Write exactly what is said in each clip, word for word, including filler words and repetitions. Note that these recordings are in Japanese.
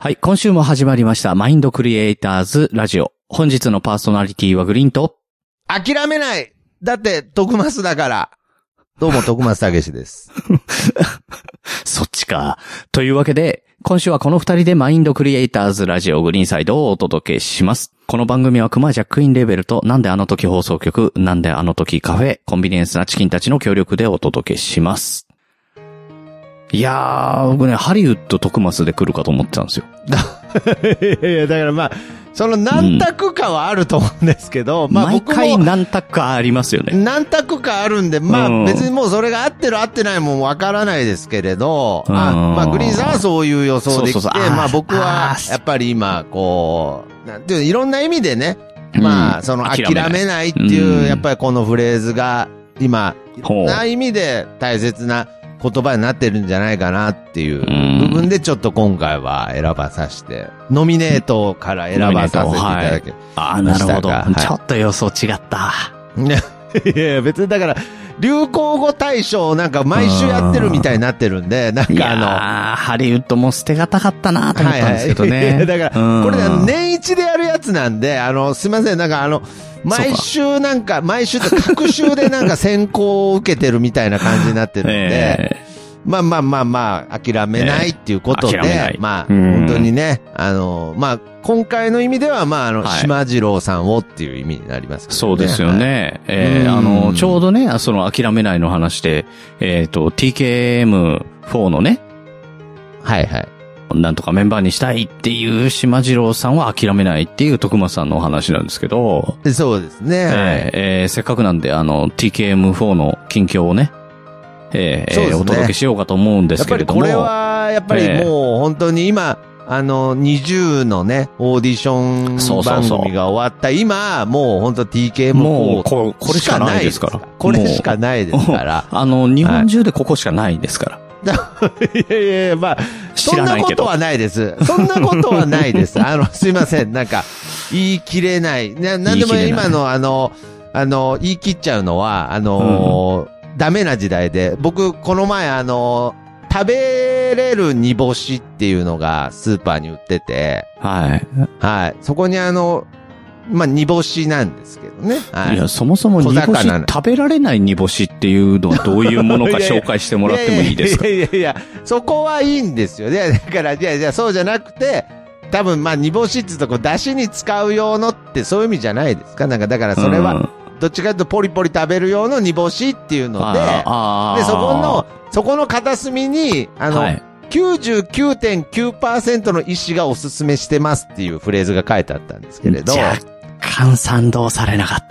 はい、今週も始まりましたマインドクリエイターズラジオ。本日のパーソナリティはグリーンと諦めないだって徳松だからどうも徳松たけしですそっちか。というわけで今週はこの二人でマインドクリエイターズラジオグリーンサイドをお届けします。この番組はクマジャックインレーベルとなんであの時放送局、なんであの時カフェ、コンビニエンスなチキンたちの協力でお届けします。いやー、僕ね、ハリウッド徳松で来るかと思ってたんですよ。 いやいや、だからまあ、その何択かはあると思うんですけど、うん、まあ僕も毎回何択かありますよね。 何択かあるんで、まあ別にもうそれが合ってる合ってないもわからないですけれど、うん、あまあグリーンさんはそういう予想できて、そうそうそうまあ僕はやっぱり今こう、なんていういろんな意味でね、まあその諦めないっていう、やっぱりこのフレーズが今、いろんな意味で大切な言葉になってるんじゃないかなっていう部分でちょっと今回は選ばさせて、ノミネートから選ばさせていただきました。 ああ、なるほど、はい。ちょっと予想違った。 いやいや、別にだから、流行語大賞なんか毎週やってるみたいになってるんで、なんかあの。いやハリウッドも捨てがたかったなと思ったんですけどね。はいはい、 だから、これ年一でやるやつなんで、あの、すいません、なんかあの、毎週なんか、毎週って各週でなんか選考を受けてるみたいな感じになってるんで、えーまあまあまあまあ、諦めないっていうことで、えー、まあ、本当にね、あの、まあ、今回の意味では、まあ、あの、はい、島次郎さんをっていう意味になりますけどね。 そうですよね。はい、えー、あの、ちょうどね、その諦めないの話で、えっと、ティーケーエムフォー のね、 はいはい。 なんとかメンバーにしたいっていう島次郎さんは諦めないっていう徳間さんのお話なんですけど。 そうですね。 えーえー、せっかくなんで、あの、ティーケーエムフォー の近況をね、えー、ね、お届けしようかと思うんですけれども。 やっぱりこれは、やっぱりもう本当に今、えー、あの、にじゅうのね、オーディション番組が終わった今、もう本当 ティーケーエムフォーもうこ、これしかないですから。 これしかないですから。 あの、日本中でここしかないですから。 はい、いやいやいや、まあ、そんなことはないです。そんなことはないです。あの、すいません。なんか、言い切れない。な、なんでも今のあの、あの、言い切っちゃうのは、あのー、うんダメな時代で、僕、この前あの、食べれる煮干しっていうのがスーパーに売ってて、 はい。 はい。そこにあの、まあ、煮干しなんですけどね。はい。 いや、そもそも煮干し、食べられない煮干しっていうのはどういうものか紹介してもらってもいいですか？ いやいやいやいや、そこはいいんですよ。いや、だから、いやいや、そうじゃなくて、多分、まあ、煮干しって言うとこう、出汁に使う用のってそういう意味じゃないですか？なんか、だからそれは、うんどっちかというとポリポリ食べる用の煮干しっていうので、で、そこの、そこの片隅に、あの、はい、きゅうじゅうきゅうてんきゅうパーセント の医師がおすすめしてますっていうフレーズが書いてあったんですけれど。 若干賛同されなかった。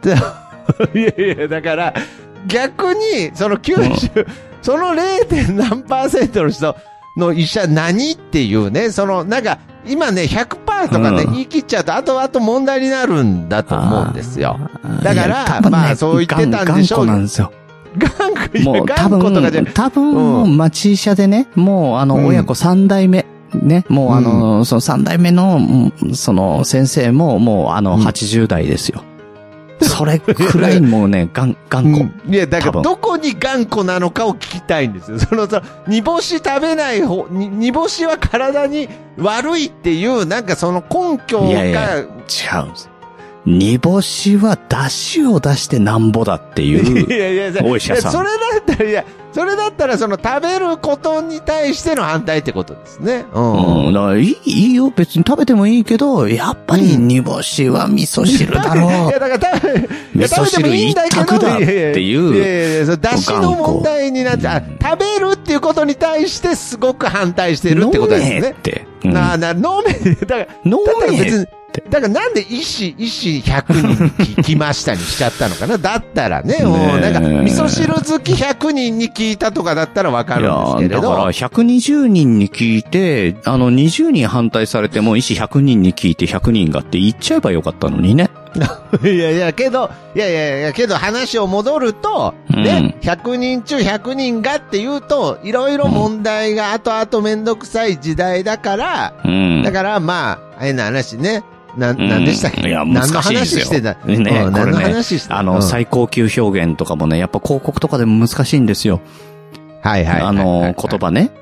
いやいや、だから、逆に、そのきゅうじゅう、うん、その れいてん 何パーセントの人の医者何っていうね、その、なんか、今ね、ひゃくパーセント とかね、うん、言い切っちゃうと、あとあと問題になるんだと思うんですよ。だから、ね、まあ、そう言ってたんでしょう。 頑固なんですよ。 頑固、 もう多分、多分、もう町医者でね、もうあの、親子三代目、ね、もうあの、うん、その三代目の、その先生も、もうあの、はちじゅう代ですよ。それくらいもうね、頑固。うん、 いや、だからどこに頑固なのかを聞きたいんですよ。その、その、煮干し食べない方、煮干しは体に悪いっていう、なんかその根拠が。いやいや、 違うんです。煮干しは出汁を出してなんぼだっていう。いやいや、お医者さん。 それだったら、いや、それだったらその食べることに対しての反対ってことですね。うん。 うん、だからいい、いいよ。別に食べてもいいけど、やっぱり煮干しは味噌汁だろう。いや、だから食べ、味噌汁一択だっていう。 いやいやいや、出汁の問題になっちゃう。食べるっていうことに対してすごく反対してるってことですね。飲めって。うん、なあなあ、飲め、だから、飲め別に。だからなんで医師、医師ひゃくにん聞きましたにしちゃったのかなだったらね、もうなんか、味噌汁好きひゃくにんに聞いたとかだったらわかるんですけれど。 だからひゃくにじゅうにんに聞いて、あのにじゅうにん反対されても医師ひゃくにんに聞いてひゃくにんがって言っちゃえばよかったのにね。 いやいや、けど、いやいやいや、けど話を戻ると、うん、ね、ひゃくにん中ひゃくにんがって言うと、いろいろ問題が後々めんどくさい時代だから、うん、だからまあ、変な話ね。な、なんでしたっけ、うん、いや、難しいですよ。何の話してたね、 うん、 これね、何の話してたあの、うん、最高級表現とかもね、やっぱ広告とかでも難しいんですよ。 はいはいはい、はい。 あの、言葉ね。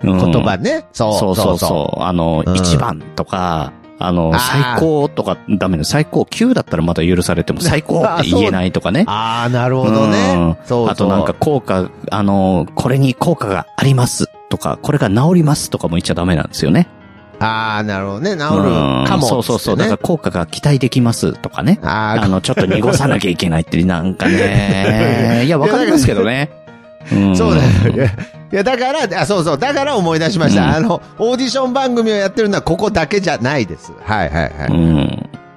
言葉ね。そうそうそうそう。あの、うん、一番とか、あの、最高とかダメだ。最高きゅうだったらまだ許されても最高って言えないとかね。 ああ、なるほどね。うん、そうそう。 あとなんか効果、あの、これに効果がありますとか、これが治りますとかも言っちゃダメなんですよね。 ああ、なるほどね。治るかも、ね。 そうそうそう。だから効果が期待できますとかね。ああの、ちょっと濁さなきゃいけないってなんかね。いや、わかりますけどね。 うん、そうだよ。いや、だから、あ、そうそう。だから思い出しました。うん、あの、オーディション番組をやってるのはここだけじゃないです。はいはいはい。 うん。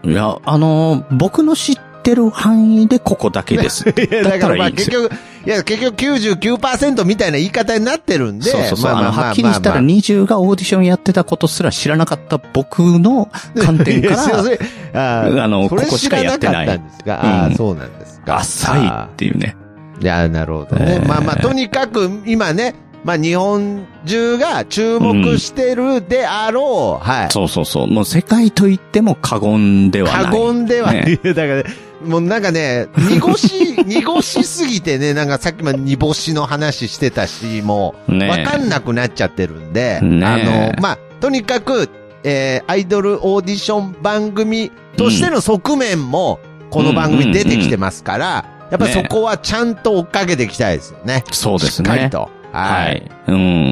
いや、あのー、僕の知ってる範囲でここだけです。いや、だからまあ結局、いや、結局 きゅうじゅうきゅうパーセント みたいな言い方になってるんで。 そうそうそう。まあまあまあまあまあ、はっきりしたらにじゅうがオーディションやってたことすら知らなかった僕の観点から、あ, あの、ここしかやってない。 それ知らなかったんですか、うん、ああ、そうなんですか。 浅いっていうね。 いや、なるほどね。えー、まあまあ、とにかく今ね、まあ日本中が注目してるであろう。うん、はい。 そうそうそう。もう世界と言っても過言ではない。 過言ではない。ね、だから、ね、もうなんかね、濁し、濁しすぎてね、なんかさっきも煮干しの話してたし、もう、わかんなくなっちゃってるんで、ね、あの、まあ、とにかく、えー、アイドルオーディション番組としての側面も、この番組出てきてますから、やっぱりそこはちゃんと追っかけていきたいですよね。 そうですね。 しっかりと。 はい。うん。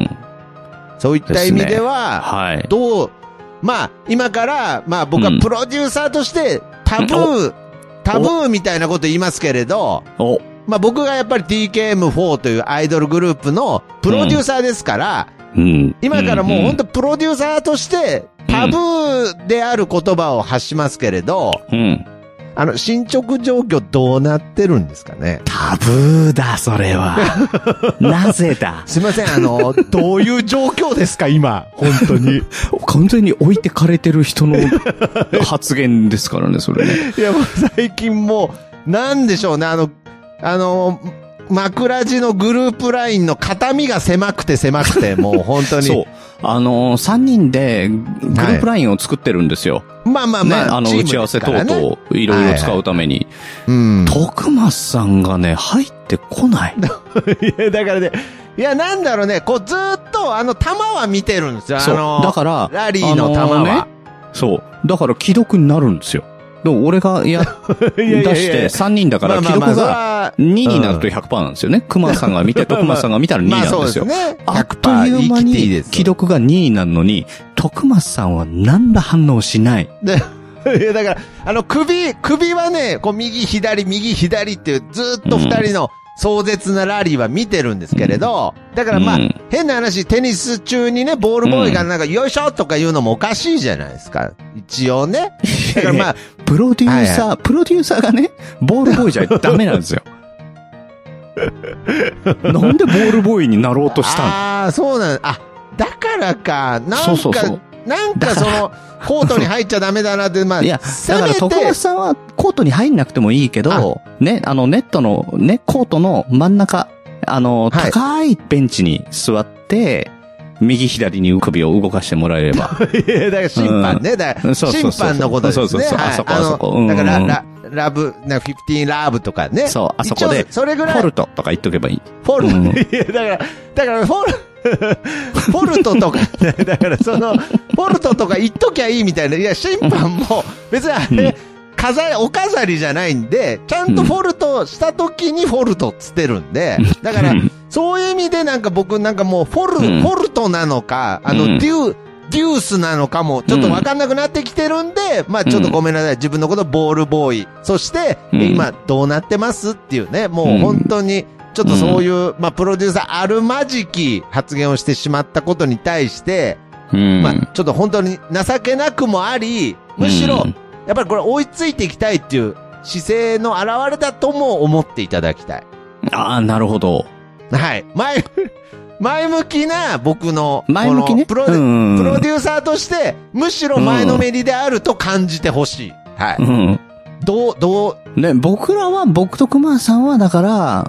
そういった意味では、ね、はい。どう、まあ、今から、まあ僕はプロデューサーとしてタブー、うん、タブーみたいなこと言いますけれど、おまあ僕がやっぱり ティーケーエムフォー というアイドルグループのプロデューサーですから、うん、今からもう本当プロデューサーとしてタブーである言葉を発しますけれど、うん、あの、進捗状況どうなってるんですかね。 タブーだ、それは。なぜだ。 すいません、あの、どういう状況ですか、今。本当に。 完全に置いてかれてる人の発言ですからね、それね。 いや、もう最近もう、なんでしょうね、あの、あの、枕地のグループラインの肩身が狭くて狭くて、もう本当に。そう。 あのー、さんにんでグループラインを作ってるんですよ。はい、 まあまあまあ。 ね、あの、打ち合わせ等々、いろいろ使うために。はいはい、うん。徳松さんがね、入ってこない。 いや、だからね、いや、なんだろうね、こうずーっと、あの、球は見てるんですよ。 そう。 あのー、 だから、 ラリーの球は、あのーね。 そう。だから、既読になるんですよ。でも俺がや、出してさんにんだから、既読がにになると ひゃくパーセント なんですよね。熊さんが見て、徳松さんが見たらになんですよ。あっという間に既読がにになるのに、徳松さんは何ら反応しない。 でいや、だから、あの、首、首はね、こう、右、左、右、左っていう、ずっと二人の壮絶なラリーは見てるんですけれど、だからまあ、うん、変な話、テニス中にね、ボールボーイがなんか、よいしょとか言うのもおかしいじゃないですか。一応ね。だからまあ、 プロデューサー、はいはい、プロデューサーがね、ボールボーイじゃダメなんですよ。なんでボールボーイになろうとしたの？ ああ、そうなんあ、だからか。なんか、そうそうそうなんかその、コートに入っちゃダメだなって、まあ、 いや、だから徳松さんはコートに入んなくてもいいけど、ね、あの、ネットの、ね、コートの真ん中、あの、はい、高いベンチに座って、右左に首を動かしてもらえれば。 いや、だから審判ね。だから審判のことですね。 そうそうそう。あそこあそこ。 だから、ラ、ラブ、な、フィフティーンラブとかね。 そう、あそこで。 それぐらい。 フォルトとか言っとけばいい。 フォルト、うん、いや、だから、だからフォル、フォルトとか、だからその、フォルトとか言っときゃいいみたいな。いや、審判も、別にあれ、うん飾り、お飾りじゃないんで、ちゃんとフォルトした時にフォルトっつってるんで、だから、そういう意味でなんか僕なんかもうフォル、うん、フォルトなのか、あの、うん、デュー、デュースなのかもちょっとわかんなくなってきてるんで、うん、まあちょっとごめんなさい。自分のことボールボーイ。そして、うん、今どうなってますっていうね、もう本当に、ちょっとそういう、うん、まあプロデューサーあるまじき発言をしてしまったことに対して、うん、まあちょっと本当に情けなくもあり、むしろ、うんやっぱりこれ追いついていきたいっていう姿勢の表れだとも思っていただきたい。 ああ、なるほど。 はい。前、前向きな僕の、 前向きね。 プロ、プロデューサーとして、むしろ前のめりであると感じてほしい。はい。うん、どう、どう。 ね、僕らは、僕と熊さんは、だから、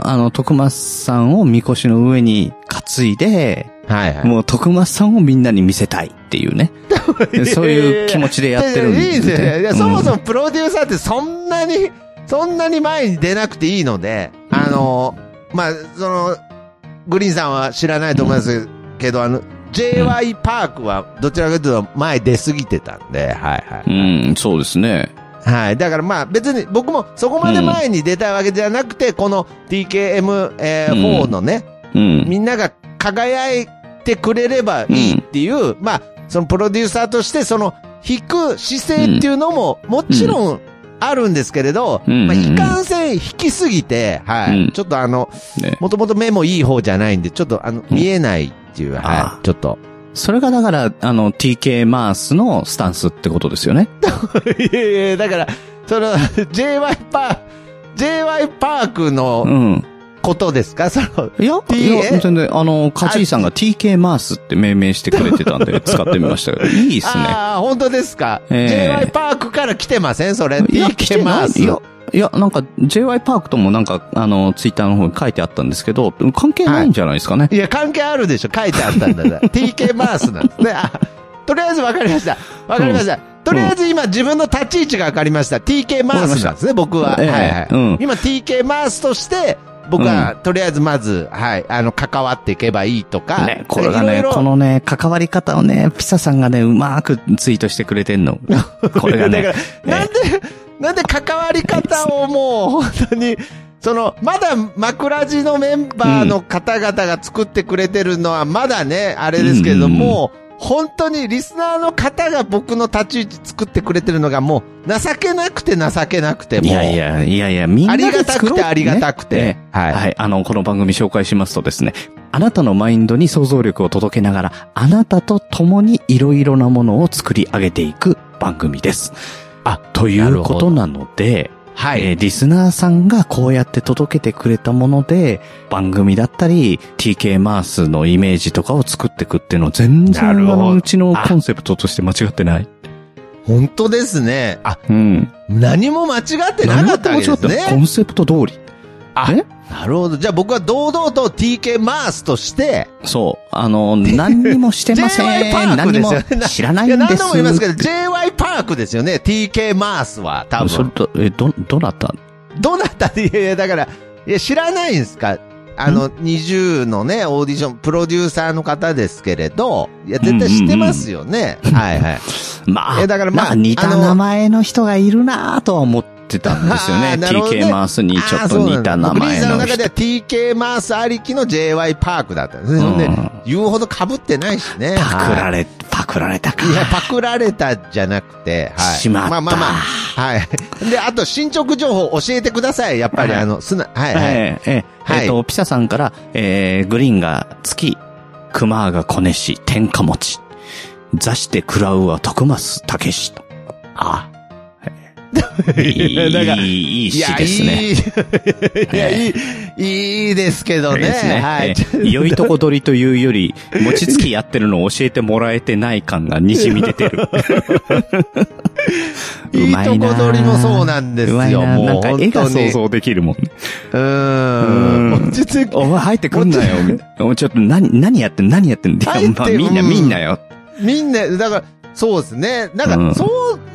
あの、徳松さんをみこしの上に担いで、はいはい。もう徳松さんをみんなに見せたいっていうね。そういう気持ちでやってるんです、ね。 いいですね。いや、そもそもプロデューサーってそんなに、そんなに前に出なくていいので、あの、まあ、その、グリーンさんは知らないと思いますけど、あの、 ジェイワイ パークはどちらかというと前出過ぎてたんで、はいはい。 うん、そうですね。 はい。だからまあ別に僕もそこまで前に出たいわけじゃなくて、うん、この ティーケーエムフォー のね、うん、みんなが輝いてくれればいいっていう、うん、まあそのプロデューサーとしてその弾く姿勢っていうのももちろんあるんですけれど、うん、まあいかんせん弾きすぎて、はい。うん、ちょっとあの、もともと目もいい方じゃないんで、ちょっとあの、見えないっていう、うん、はい。ちょっと。 それがだから、あの、ティーケー マースのスタンスってことですよね。 いやいや、だから、その、ジェイワイ パーク、ジェイワイ パークの、ことですか、うん、その、 いや、T、いや、全然、あの、カジーさんが ティーケー マースって命名してくれてたんで、使ってみましたけど、いいっすね。 ああ、本当ですか、えー、ジェイワイ パークから来てませんそれ、ティーケー マース。 いや、いや、なんか、ジェイワイ パークともなんか、あの、ツイッターの方に書いてあったんですけど、関係ないんじゃないですかね。 はい、いや、関係あるでしょ。書いてあったんだから。ティーケー マースなんですね。あ、とりあえずわかりました。わかりました。うん、とりあえず今自分の立ち位置がわかりました。ティーケー マースなんですね、僕は。えー、はいはい、うん。今 ティーケー マースとして、僕は、とりあえずまず、はい、あの、関わっていけばいいとか。 ね、これがね、いろいろこのね、関わり方をね、ピサさんがね、うまくツイートしてくれてんの。これがね。 だから、なんで、なんで関わり方をもう、本当に、その、まだ枕地のメンバーの方々が作ってくれてるのは、まだね、あれですけれども、うんうん、本当にリスナーの方が僕の立ち位置作ってくれてるのがもう情けなくて情けなくてもう。 いやいや、いやいや、みんなで作ろう、ね、 ありがたくてありがたくて。ね、 はい。はい。あの、この番組紹介しますとですね、あなたのマインドに想像力を届けながら、あなたと共にいろいろなものを作り上げていく番組です。あ、ということなので、はい。えー、リスナーさんがこうやって届けてくれたもので、番組だったり、ティーケー マースのイメージとかを作っていくっていうのは全然あのうちのコンセプトとして間違ってない。 本当ですね。あ、うん。何も間違ってなかったわけですね。 コンセプト通り。 あ、えなるほど。じゃあ僕は堂々と ティーケー マースとして、 そう。あの、何にもしてません。ジェイワイ パークですよね。何も知らないんです。いや、 何度も言いますけど、ジェイワイ パークですよね。ティーケー マースは、多分。 それと、え、ど、どなたどなたいやいや、だから、いや、知らないんですかあの、にじゅうのね、オーディション、プロデューサーの方ですけれど、いや、絶対知ってますよね。うんうんうん、はいはい。 まあ、えだからまあ、似た名前の人がいるなぁとは思ってたんですよね。ね ティーケー マースにちょっと似た名前の人。グリーンさんの中では ティーケー マースありきの ジェイワイ パークだったんですね。うん、で、言うほど被ってないしね。 パクられ、パクられたか。 いや、パクられたじゃなくて、はい。 しまった。 まあまあまあ。はい。で、あと、進捗情報教えてください。やっぱり、はい、あの、すな、はいはい。えー、えー、はい、えっと、ピサさんから、えー、グリーンが月、クマーが小西、天下持ち。座して食らうは徳増たけし。ああ。いい、いい詩ですね。 いや、いい、いいですけどね。ねはい。 良いとこ取りというより、餅つきやってるのを教えてもらえてない感が滲み出てる。 いいとこ取りもそうなんですよ。もうなんか絵が想像できるもん。 うーん。餅つき。 お前入ってくんなよ。ちょっと何、何やってん何やってんだよ。まあ、みんな、みんなよ。 みんな、だから、そうですね。なんか、そう、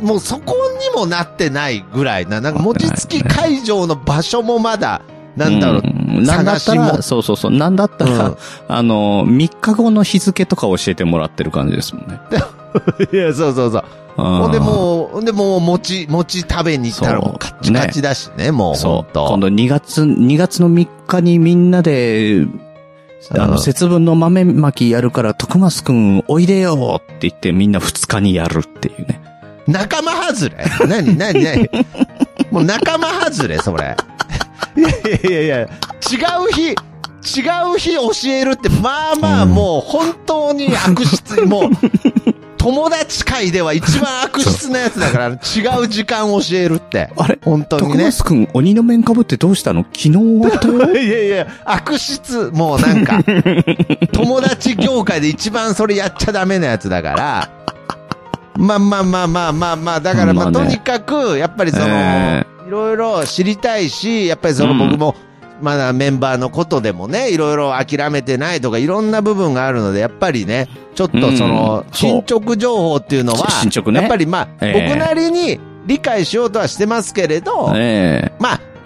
もうそこにもなってないぐらいな、なんか餅つき会場の場所もまだ、なんだろう、 うん、探しも。そうそうそう。なんだったら、うん、あの、みっかごの日付とか教えてもらってる感じですもんね。 いや、そうそうそう。ほんでもう、ほんでもう餅、餅食べに行ったらもうカッチカチだしね、ねもうほんと。 今度にがつ、にがつのみっかにみんなで、あの、節分の豆まきやるから、徳増くんおいでよって言ってみんなふつかにやるっていうね。 仲間外れ何何何もう仲間外れそれ。いやいやいや、違う日、違う日教えるって、まあまあもう本当に悪質、もう、友達会では一番悪質なやつだから、違う時間教えるって。 あれ本当にね。 徳増くん、鬼の面被ってどうしたの？昨日終わったよ。 いやいや、悪質、もうなんか、友達業界で一番それやっちゃダメなやつだから、まあまあまあまあまあまあ、だからまあとにかく、やっぱりその、えー、いろいろ知りたいし、やっぱりその僕も、まだメンバーのことでもね、いろいろ諦めてないとかいろんな部分があるので、やっぱりね、ちょっとその、進捗情報っていうのは、 進捗ね、 やっぱりまあ、僕なりに理解しようとはしてますけれど、えー、まあ、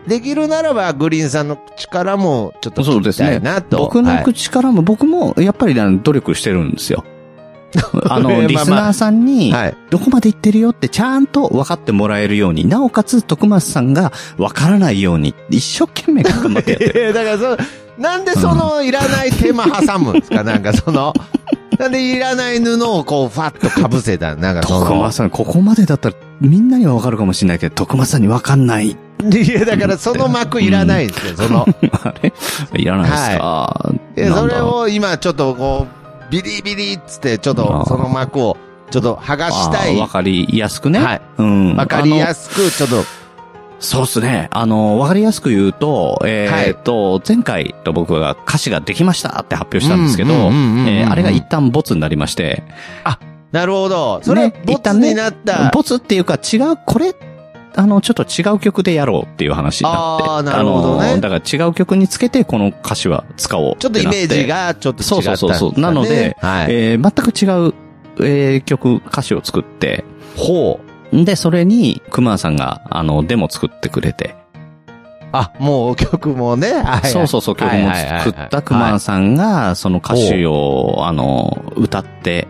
できるならば、グリーンさんの口からも、ちょっと聞きたいなと。 そうですね。僕の口からも、はい、僕も、やっぱり努力してるんですよ。あの、リスナーさんに、どこまで行ってるよってちゃんと分かってもらえるように、なおかつ、徳松さんが分からないように、一生懸命頑張ってやってる。 いや、だからそう、なんでその、いらない手間挟むんですか、なんかその、なんでいらない布をこう、ファッと被せた、なんかその。 徳松さん、ここまでだったら、みんなには分かるかもしれないけど、徳松さんに分かんない。いや、だからその幕いらないんですよ、うん、その。 あれいらないですか、 はい、いや、それを今ちょっとこう、ビリビリっつって、ちょっとその幕を、ちょっと剥がしたい。 わかりやすくね。 はい。 うん。 わかりやすく、ちょっと。 そうですね。あの、わかりやすく言うと、えっと、はい、前回と僕が歌詞ができましたって発表したんですけど、あれが一旦ボツになりまして。 あ、なるほど。それ、ね、ボツになった、ね。 ボツっていうか違う、これ、あの、ちょっと違う曲でやろうっていう話になって。 ああ、なるほどね。 だから違う曲につけてこの歌詞は使おうってなって。 ちょっとイメージがちょっと違った、ね。 そうそうそう。なので、はい、えー、全く違う、えー、曲、歌詞を作って。 ほう。で、それに、熊さんが、あの、デモ作ってくれて。 あ、もう曲もね。はいはい、 そうそうそう、曲も作った熊さんが、その歌詞を、あの、歌って、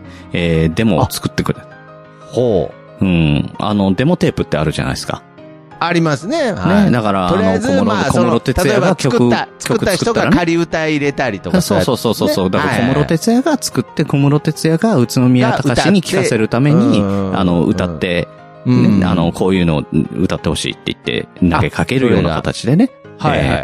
えー、デモを作ってくれた。 ほう。 うん。あの、デモテープってあるじゃないですか。 ありますね。 はい。ね、だから、 とりあえず、まあ、 小室哲也が曲、 作った、作った人が仮歌入れたりとか。 そうそうそうそう。だから小室哲也が作って、小室哲也が宇都宮隆に聴かせるために、あの、歌って、ね、あの、こういうのを歌ってほしいって言って、投げかけるような形でね。 はいはいはい。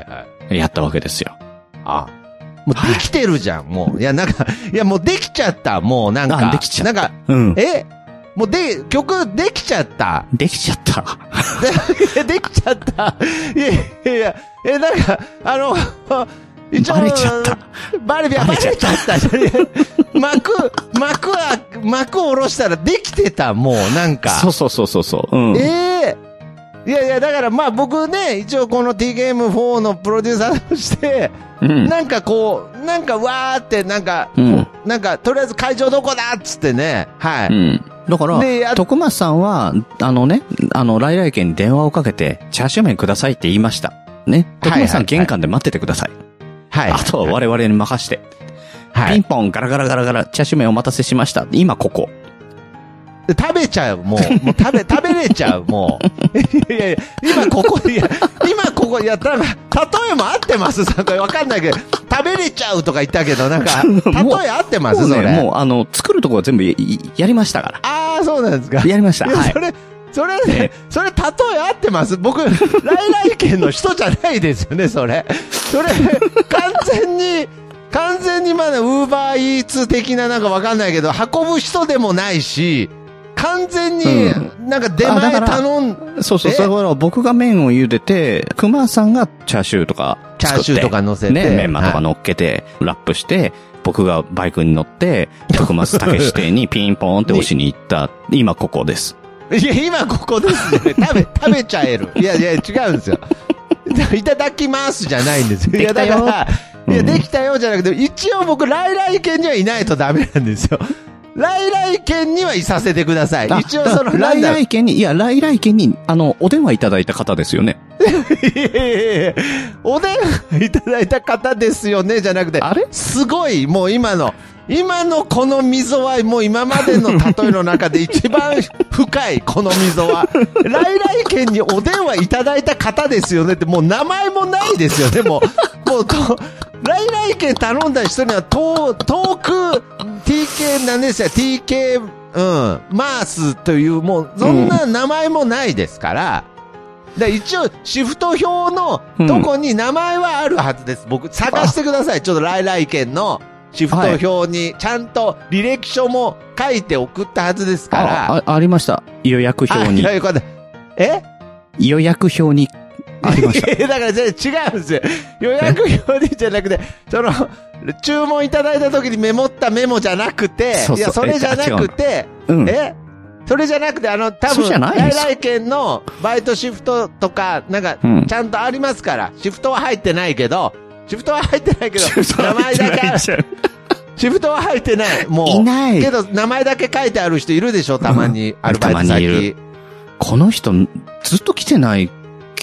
やったわけですよ。 あ。もうできてるじゃん、もう。いや、なんか、いや、もうできちゃった、もうなんか。 できちゃった。 なんか、 うん。 えもうで、曲できちゃった。 できちゃった。 で、できちゃった。いやいやいや、え、なんか、あの、 一応、バレちゃった。 バレ、バレちゃった。幕、幕は、幕を下ろしたらできてた、もう、なんか。 そうそうそうそうそう。うん、 ええー、いやいや、だからまあ僕ね、一応この ティーケーエムフォー のプロデューサーとして、うん、なんかこう、なんかわーって、なんか、うん、なんか、とりあえず会場どこだっつってね、はい。うんだから、徳松さんは、あのね、あの、来来県に電話をかけて、チャーシュー麺くださいって言いました。ね。徳松さん玄関で待っててください。はい。あとは我々に任して。はい。ピンポン、ガラガラガラガラ、チャーシュー麺お待たせしました。今ここ。 食べちゃう、もう。もう食べ、食べれちゃう、もう。いやいや、今ここ、いや、今ここ、いや、なんか、例えも合ってますなんかわかんないけど、食べれちゃうとか言ったけど、なんか、例え合ってますそれ。 もう、あの、作るとこは全部やりましたから。 ああ、そうなんですか。 やりました。はい。 それ、それね、それ例え合ってます僕、来来県の人じゃないですよね、それ。それ、完全に、完全にまだウーバーイーツ的ななんかわかんないけど、運ぶ人でもないし、完全に、なんか出前頼ん、 うん、そうそう、それは僕が麺を茹でて、熊さんがチャーシューとかチャーシューとか乗せて。 ね、メンマとか乗っけて、ラップして、僕がバイクに乗って、徳松武史邸にピンポーンって押しに行った、今ここです。 いや、今ここですね。食べ、食べちゃえる。いやいや、違うんですよ。いただきますじゃないんですよ。いや、だから、いや、できたよじゃなくて、一応僕、来来県にはいないとダメなんですよ。来来県にはいさせてください。一応その、 来来県に、いや、来来県に、あの、お電話いただいた方ですよね。 いやいやいやお電話いただいた方ですよね、じゃなくて、 あれすごい、もう今の、今のこの溝は、もう今までの例えの中で一番深い、この溝は。来来県にお電話いただいた方ですよねって、もう名前もないですよね、もう。もうと、来来県頼んだ人には、遠、遠く、ティーケー なんですよ、ティーケー、うん、マースという、もう、そんな名前もないですから、で一応、シフト表のとこに名前はあるはずです。僕、探してください。ちょっと来来県のシフト表に、ちゃんと履歴書も書いて送ったはずですから。 あ、あ、ありました。予約表に。 え予約表にありました。 だから違うんですよ。予約表にじゃなくて、その、注文いただいた時にメモったメモじゃなくて、そうそういや、それじゃなくて、うん、えそれじゃなくて、あの、多分、来来県のバイトシフトとか、なんか、ちゃんとありますから、うん、シフトは入ってないけど、シフトは入ってないけど、名前だけ、シフトは入ってない。もう。 いない。 けど、名前だけ書いてある人いるでしょ、たまに。うん、アルバイト先。 この人、ずっと来てない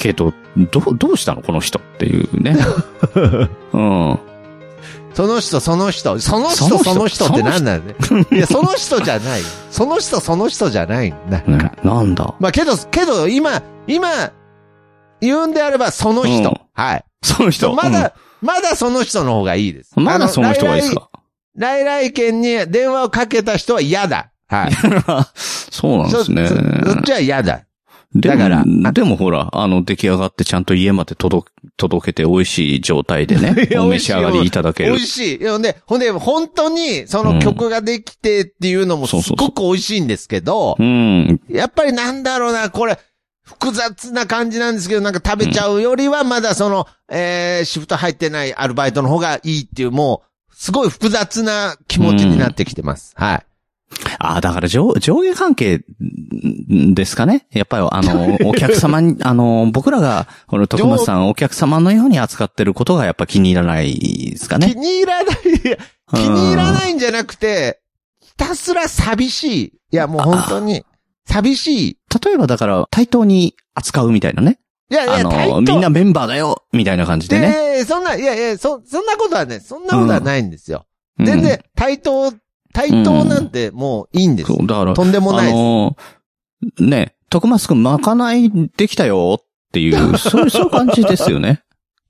けど、ど、どうしたのこの人っていうね。うん。 その人、その人、その人、その人って何なんだね。いや、その人じゃない。その人、その人じゃない。なんか。 ね、なんだ。 まあ、けど、けど、今、今、言うんであれば、その人。うん、はい。 その人。 まだ、 うん、 まだその人の方がいいです。 まだその人がいいですか。 来来県に電話をかけた人は嫌だ。はい。 そうなんですね。 そ, そ, そっちは嫌だ。 だから。でもほら、あの、出来上がってちゃんと家まで届、届けて美味しい状態でね、お召し上がりいただける。 美味しい。美味しい。ほんで、ほんで、本当に、その曲ができてっていうのもすごく美味しいんですけど、 うん、 やっぱりなんだろうな、これ、複雑な感じなんですけど、なんか食べちゃうよりは、まだその、うん、えー、シフト入ってないアルバイトの方がいいっていう、もう、すごい複雑な気持ちになってきてます。うん、はい。 ああ、だから上、上下関係ですかね。やっぱりあの、お客様に、あの、僕らが、この徳松さんお客様のように扱ってることがやっぱ気に入らないですかね。 気に入らない、気に入らないんじゃなくて、ひたすら寂しい。いや、もう本当に、寂しい。 例えばだから、対等に扱うみたいなね。 いやいや、 あの、みんなメンバーだよみたいな感じでね。 ええ、そんな、いやいや、そ、そんなことはね、そんなことはないんですよ。うん、全然、対等、対等なんてもういいんです。うん、そう、だから、とんでもないです。あのー、ね、徳松くんまかないできたよっていう、そういう、そういう感じですよね。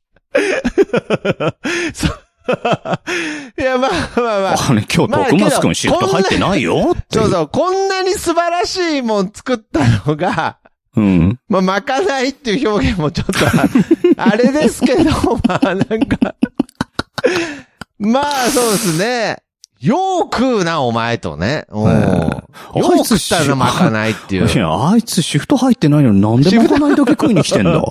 いや、まあまあまあ。 あれ、今日徳松くんシフト入ってないよって。 そうそう、こんなに素晴らしいもん作ったのが、 うん。 まあ、まかないっていう表現もちょっと、あれですけど、まあなんか、まあそうですね。よう食うな、お前とね。おー。よう食ったのまかないっていう。 いや、あいつシフト入ってないのになんでまかないだけ食いに来てんだ。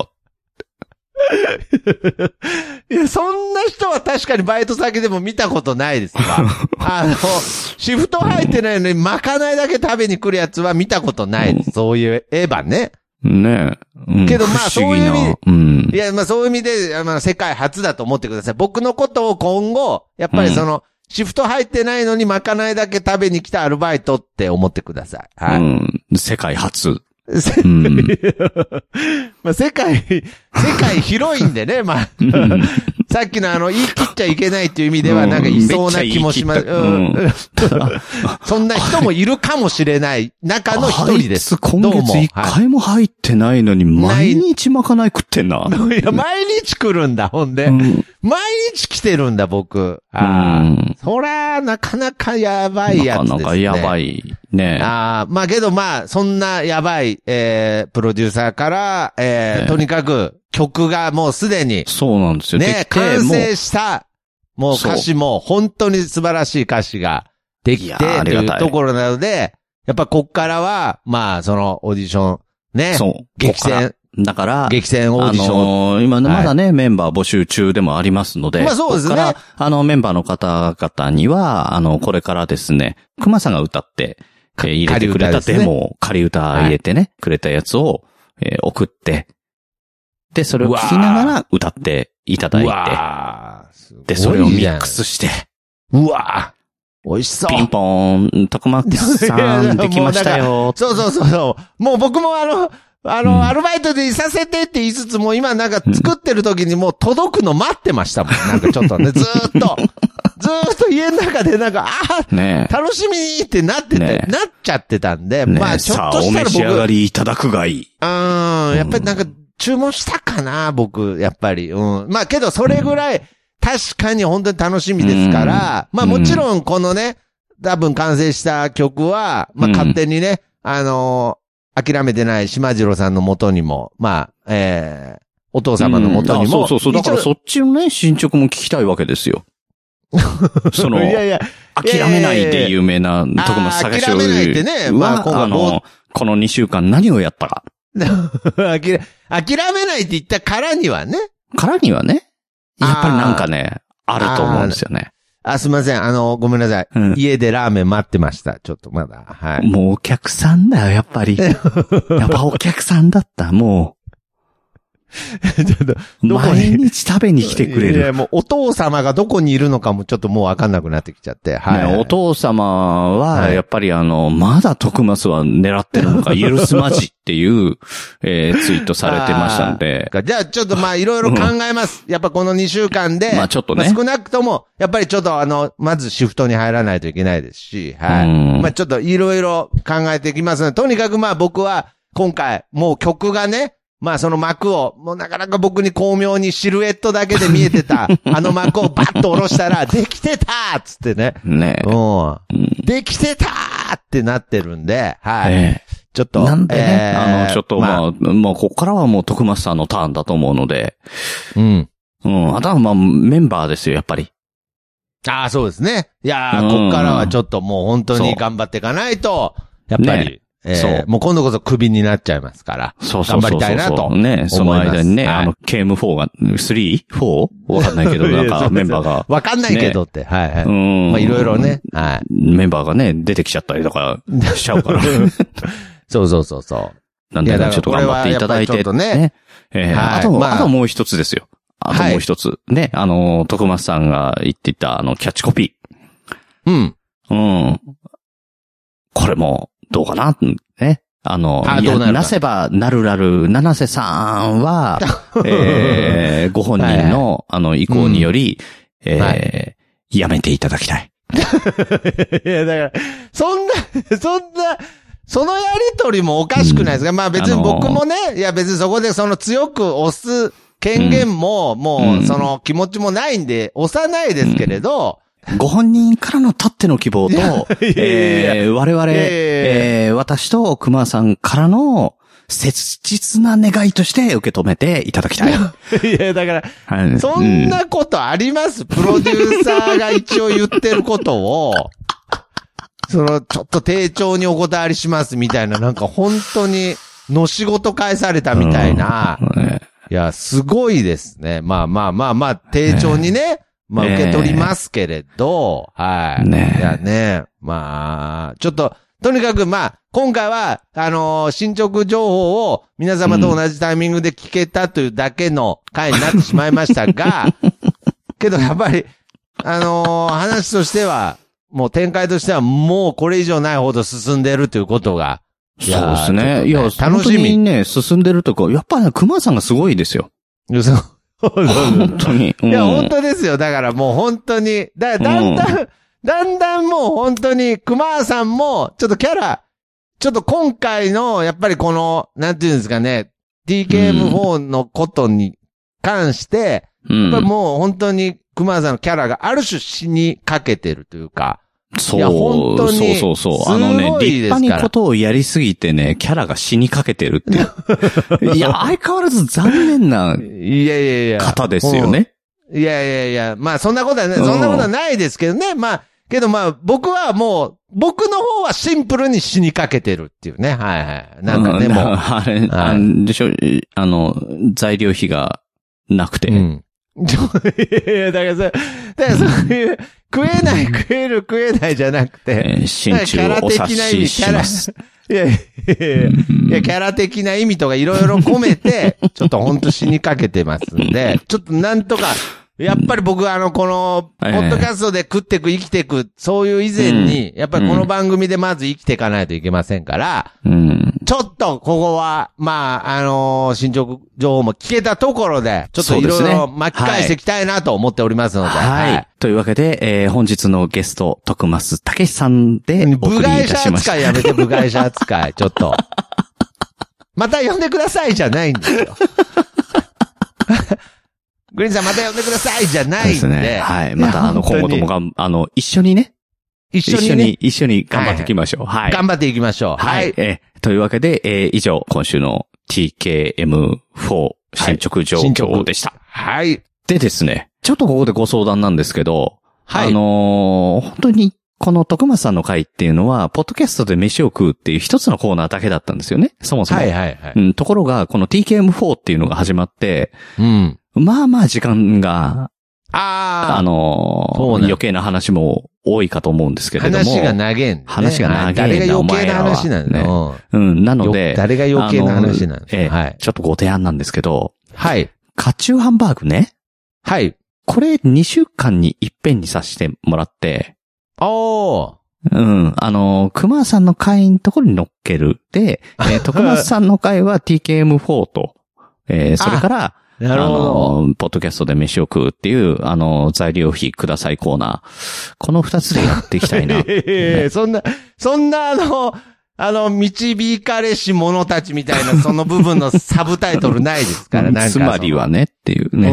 いや、そんな人は確かにバイト先でも見たことないですわ。あの、シフト入ってないのにまかないだけ食べに来るやつは見たことないです。そういうえばね。 ねえ。うん、 けどまあそういう意味、 うん、 いやまあそういう意味で、まあ世界初だと思ってください。僕のことを今後、やっぱりその、うん、シフト入ってないのにまかないだけ食べに来たアルバイトって思ってください。はい。うん、 世界初。 うん、まあ世界、世界広いんでね、まあ。さっきのあの、言い切っちゃいけないっていう意味ではなんかいそうな気もします。うん、そんな人もいるかもしれない中の一人です。 あいつ今月一回も入ってないのに毎日まかない食ってんな。 いや、毎日来るんだ、ほんで。うん、毎日来てるんだ、僕。あうん、そら、なかなかやばいやつですね。 なかなかやばい。ねああ、まあけどまあ、そんなやばい、えー、プロデューサーから、えー、ね、とにかく曲がもうすでに。 そうなんですよ。 ね、完成した、もう歌詞も本当に素晴らしい歌詞ができて、というところなので、やっぱこっからは、まあ、そのオーディション、ね。 そう。 激戦。 だから、 激戦オーディション。あのー、今ね、まだね、はい、メンバー募集中でもありますので。 まあそうですね。 ここから、あの、メンバーの方々には、あの、これからですね、熊さんが歌って、えー、入れてくれたデモを、仮歌入れてね、はい、くれたやつを、えー、送って、で、それを聞きながら歌っていただいて、うわで、それをミックスして、 うわ美味しそう。 ピンポーン、徳松さん、できましたよ。 そうそうそうそう。もう僕もあの、あの、うん、アルバイトでいさせてって言いつつも、今なんか作ってる時にもう届くの待ってましたもん。なんかちょっとね、ずーっと。ずーっと家の中でなんか、ああ、ね、楽しみにってなってて、ね、なっちゃってたんで、ね、まあちょっとしたら僕。さあ、お召し上がりいただくがいい。 うーん、やっぱりなんか注文したかな、僕、やっぱり。うん。まあけどそれぐらい、確かに本当に楽しみですから、うん、まあもちろんこのね、多分完成した曲は、まあ勝手にね、うん、あのー、諦めてない島次郎さんの元にも、まあ、えー、お父様の元にも、 うん。そうそうそう。だからそっちのね、進捗も聞きたいわけですよ。その、いやいや、諦めないで有名な、徳松隆史は、諦めないってね、まあ、あの、このにしゅうかん何をやったか。 諦めないって言ったからにはね。 からにはね。やっぱりなんかね、あると思うんですよね。 あ、すみません。あの、ごめんなさい、うん。家でラーメン待ってました。ちょっとまだ。はい。 もうお客さんだよ、やっぱり。やっぱお客さんだった。もう。 ちょっと、どこに。毎日食べに来てくれる。 いや、もうお父様がどこにいるのかもちょっともうわかんなくなってきちゃって。はい、はいね。お父様は、やっぱりあの、はい、まだ徳松は狙ってるのか、許すまじっていう、えー、ツイートされてましたんで。 じゃあちょっとまあいろいろ考えます。うん、やっぱこのにしゅうかんで。 まあちょっとね。 まあ、少なくとも、やっぱりちょっとあの、まずシフトに入らないといけないですし、はい。まあちょっといろいろ考えていきますので、とにかくまあ僕は、今回、もう曲がね、まあその幕を、もうなかなか僕に巧妙にシルエットだけで見えてた、あの幕をバッと下ろしたら、できてたーっつってね。 ねうん。できてたーってなってるんで、はい。 えー、 ちょっと。 なんでね、えー、あの、ちょっとまあ、まあ、まあ、ここからはもう徳松さんのターンだと思うので。 うん。 うん。あとはまあ、メンバーですよ、やっぱり。 ああ、そうですね。いやー、こっからはちょっともう本当に頑張っていかないと、やっぱり。ねえー、そう。もう今度こそクビになっちゃいますから。 そうそうそうそう。 頑張りたいなと。 ね、その間にね、はい、あの、ケーエムフォー が、スリー?フォー? わかんないけど、なんかメンバーが。 わかんないけどって。ね、はいはい。 うん。 まあいろいろね。はい。 メンバーがね、出てきちゃったりとかしちゃうから。 そうそうそうそう。 なんで、ちょっと頑張っていただいて。ちょっとね。えーはい、あと、まあ、あともう一つですよ。あともう一つ。はい、ね、あの、徳松さんが言っていた、あの、キャッチコピー。うん。 うん。これも、どうかなね。あの、あどうなるなせばなるらる、七瀬さんは、えー、ご本人の、はい、あの、意向により、うん、えーはい、やめていただきたい。 いや、だから、そんな、そんな、そのやりとりもおかしくないですか、うん、まあ別に僕もね、あのー、いや別にそこでその強く押す権限も、うん、もうその気持ちもないんで、押さないですけれど、うんご本人からのたっての希望と、えー、我々、えー、私と熊さんからの切実な願いとして受け止めていただきたい。 いや、だから、はい、そんなことあります、うん、プロデューサーが一応言ってることを、その、ちょっと丁重にお断りしますみたいな、なんか本当に、の仕事返されたみたいな。うんね、いや、すごいですね。まあまあまあまあ、丁重にね。ねまあ、受け取りますけれど、ね、はい。ねいやね、まあ、ちょっと、とにかくまあ、今回は、あのー、進捗情報を皆様と同じタイミングで聞けたというだけの回になってしまいましたが、けどやっぱり、あのー、話としては、もう展開としてはもうこれ以上ないほど進んでるということが。 そうですね。いや、楽しみにね、進んでるとか、やっぱね、熊さんがすごいですよ。 そう。 本当に。 うん、いや、本当ですよ。だからもう本当に、だ、だんだん、うん、だんだんもう本当に、熊さんも、ちょっとキャラ、ちょっと今回の、やっぱりこの、なんていうんですかね、ティーケーエムフォー のことに関して、うん、やっぱりもう本当に熊さんのキャラがある種死にかけてるというか、 そう。いや、本当に。そうそうそう。あのね、立派にことをやりすぎてね、キャラが死にかけてるっていう。いや、相変わらず残念な、いやいやいや、方ですよね。 いやいやいや、まあそんなことはね、そんなことはないですけどね。まあ、けどまあ、僕はもう、僕の方はシンプルに死にかけてるっていうね。はいはい。なんかね、もう。 あれ、あれでしょ、あの、材料費がなくて。うん。 いやいや、だからさ、だからそういう、食えない食える食えないじゃなくて、 えー、心中お察しします。 いやいやいや、いや、キャラ的な意味とかいろいろ込めて、ちょっとほんと死にかけてますんで、ちょっとなんとか、やっぱり僕はあの、この、ポッドキャストで食ってく、生きていく、そういう以前に、やっぱりこの番組でまず生きていかないといけませんから、うん、ちょっとここは、まあ、あのー、進捗情報も聞けたところで、ちょっといろいろ巻き返していきたいなと思っておりますので。 はい。はい、というわけで、えー、本日のゲスト、徳増武さんでお送りいたしました。 部外者扱いやめて、部外者扱い、ちょっと。また呼んでくださいじゃないんですよ。グリーンさんまた呼んでくださいじゃないんで。ですね。 はい。またあの、今後ともがん、あの、一緒にね。 一緒に、ね、 一緒に、一緒に頑張っていきましょう。はい。はい、 頑張っていきましょう。 はい。はい、えー、というわけで、えー、以上、今週の ティーケーエムフォー 進捗状況でした。 はい。 でですね、ちょっとここでご相談なんですけど、はい。あのー、本当に、この徳松さんの回っていうのは、ポッドキャストで飯を食うっていう一つのコーナーだけだったんですよね。そもそも。はいはいはい。うん、ところが、この ティーケーエムフォー っていうのが始まって、うん。まあまあ時間が、ああ、あのー、余計な話も多いかと思うんですけれども。 話が長えん、ね。 話が長えんだ。 誰が余計な話なんだね。 うん、なので。 誰が余計な話なんですか、 ええ、はい。ちょっとご提案なんですけど、 はい。 カチューハンバーグね。 はい。 これにしゅうかんに一遍にさせてもらって。 おー。 うん。あの、熊さんの回のところに乗っける。で、えー、徳松さんの回は ティーケーエムフォー と、えー、それから、 なるほど。 あの、ポッドキャストで飯を食うっていう、あの、材料費くださいコーナー。この二つでやっていきたいな。 ね、そんな、そんなあの、あの、導かれし者たちみたいな、その部分のサブタイトルないですから、なんか。 つまりはねっていうね。 うん。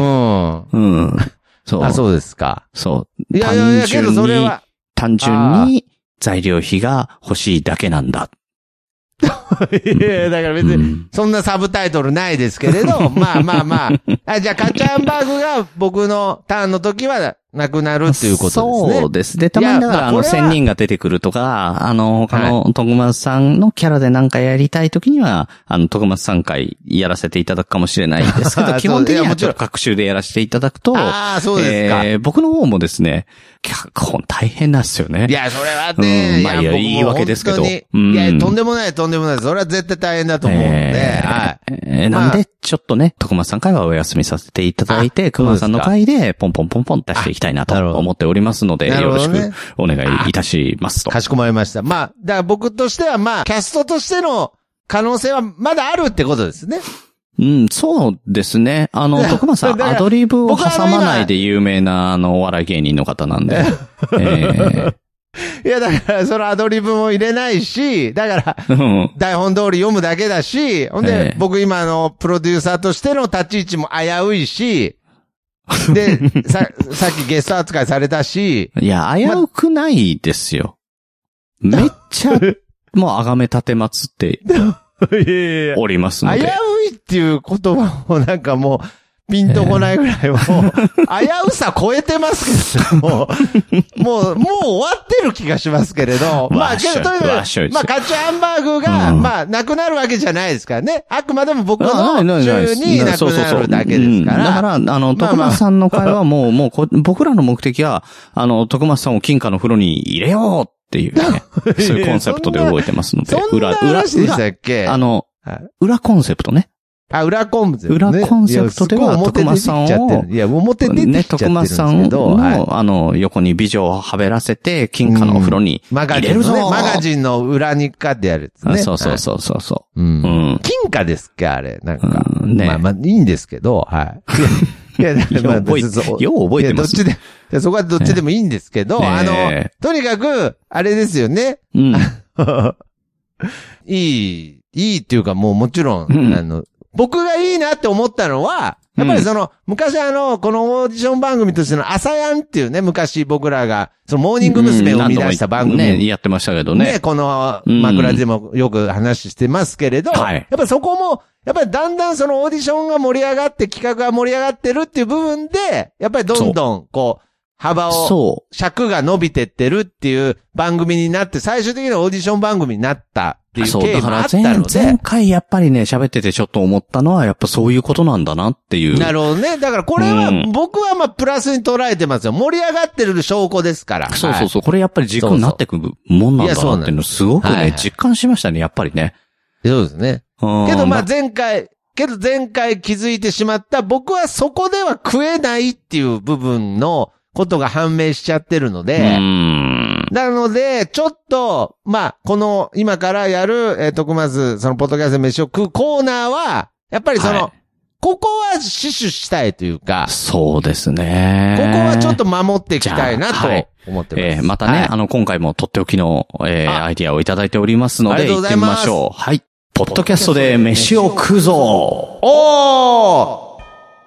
うん。そう。 あ、そうですか。 そう。 いやいやいや、けどそれは。 単純に材料費が欲しいだけなんだ。 いやいや、だから別に、そんなサブタイトルないですけれど、まあまあまあ。あ、じゃあ、カチャンバーグが僕のターンの時はなくなるっていうことですね。 そうです。で、たまにだから、あの、仙人が出てくるとか、あの、他の徳松さんのキャラでなんかやりたい時には、あの、徳松さん回やらせていただくかもしれないですけど、基本的にはちょっと各週でやらせていただくと、 ああ、そうですか。 えー、僕の方もですね、脚本大変なんですよね。 いや、それはね、 うん、まあいや、言い訳ですけど。いや、とんでもない、とんでもない。それは絶対大変だと思うので、えー、はい。 えー、なんで、ちょっとね、徳松さん回はお休みさせていただいて、熊さんの回で、ポンポンポンポン出していきたいなと思っておりますので、よろしくお願いいたしますと。 かしこまりました。まあ、だから僕としては、まあ、キャストとしての可能性はまだあるってことですね。 うん、そうですね。あの、徳松さん、アドリブを挟まないで有名な、あの、お笑い芸人の方なんで。えーいや、だから、そのアドリブも入れないし、だから、台本通り読むだけだし、ほんで、僕今、あの、プロデューサーとしての立ち位置も危ういし、で、さ、さっきゲスト扱いされたし。 いや、危うくないですよ。めっちゃ、もう、あがめ立てまつって、おりますので。 危ういっていう言葉もなんかもう、ピンとこないぐらいもう、危うさ超えてますけども、もう、もう終わってる気がしますけれど、まあ、けどとにかく、まあ、カチュハンバーグが、まあ、なくなるわけじゃないですからね。あくまでも僕の中になくなるだけですから。 だから、あの、徳松さんの会はもう、もう、僕らの目的は、あの、徳松さんを金貨の風呂に入れようっていうね、そういうコンセプトで動いてますので、 裏、裏、裏、 あの、裏コンセプトね。 あ、裏コンセプト、 ね。裏コンセプトでは、徳松さんを、 いや、表出てきちゃってるんですけど、 ね、徳松さんの、はい、あの、横に美女をはべらせて、金貨のお風呂に入れるぞ、 うん、マガジンの、ね、マガジンの裏にかってやるやつね。 そうそうそうそうそう、 はいうんうん。金貨ですっけあれ。なんか。 うん、ね。 まあまあ、いいんですけど、はい。いや、いや、まあ、 覚えよう覚えてます。 どっちで、いやそこはどっちでもいいんですけど、あの、とにかく、あれですよね。 うん。 いい、いいっていうかもうもちろん、うん、あの、僕がいいなって思ったのは、やっぱりその、うん、昔あの、このオーディション番組としての朝やんっていうね、昔僕らが、そのモーニング娘。を生み出した番組。 うん、ね、やってましたけどね。 ね、この、枕でもよく話してますけれど、うん、やっぱりそこも、やっぱりだんだんそのオーディションが盛り上がって企画が盛り上がってるっていう部分で、やっぱりどんどん、こう、幅を、尺が伸びてってるっていう番組になって、最終的にはオーディション番組になったっていう経緯もあったので。そう、だから前、前回やっぱりね、喋っててちょっと思ったのは、やっぱそういうことなんだなっていう。 なるほどね。だからこれは、僕はまあプラスに捉えてますよ。盛り上がってる証拠ですから。 そうそうそう。これやっぱり軸になってくもんなんだなっていうのすごくね、実感しましたね、やっぱりね。 そうですね。けどまあ前回、けど前回気づいてしまった、僕はそこでは食えないっていう部分の、ことが判明しちゃってるので、なので、ちょっと、まあ、この、今からやる、えー、徳松、その、ポッドキャストで飯を食うコーナーは、やっぱりその、はい、ここは死守したいというか、 そうですね。 ここはちょっと守っていきたいなと思ってます。はい、 えー、またね、はい、あの、今回もとっておきの、えー、アイディアをいただいておりますので、行ってみましょう。はい。ポッドキャストで飯を食うぞおー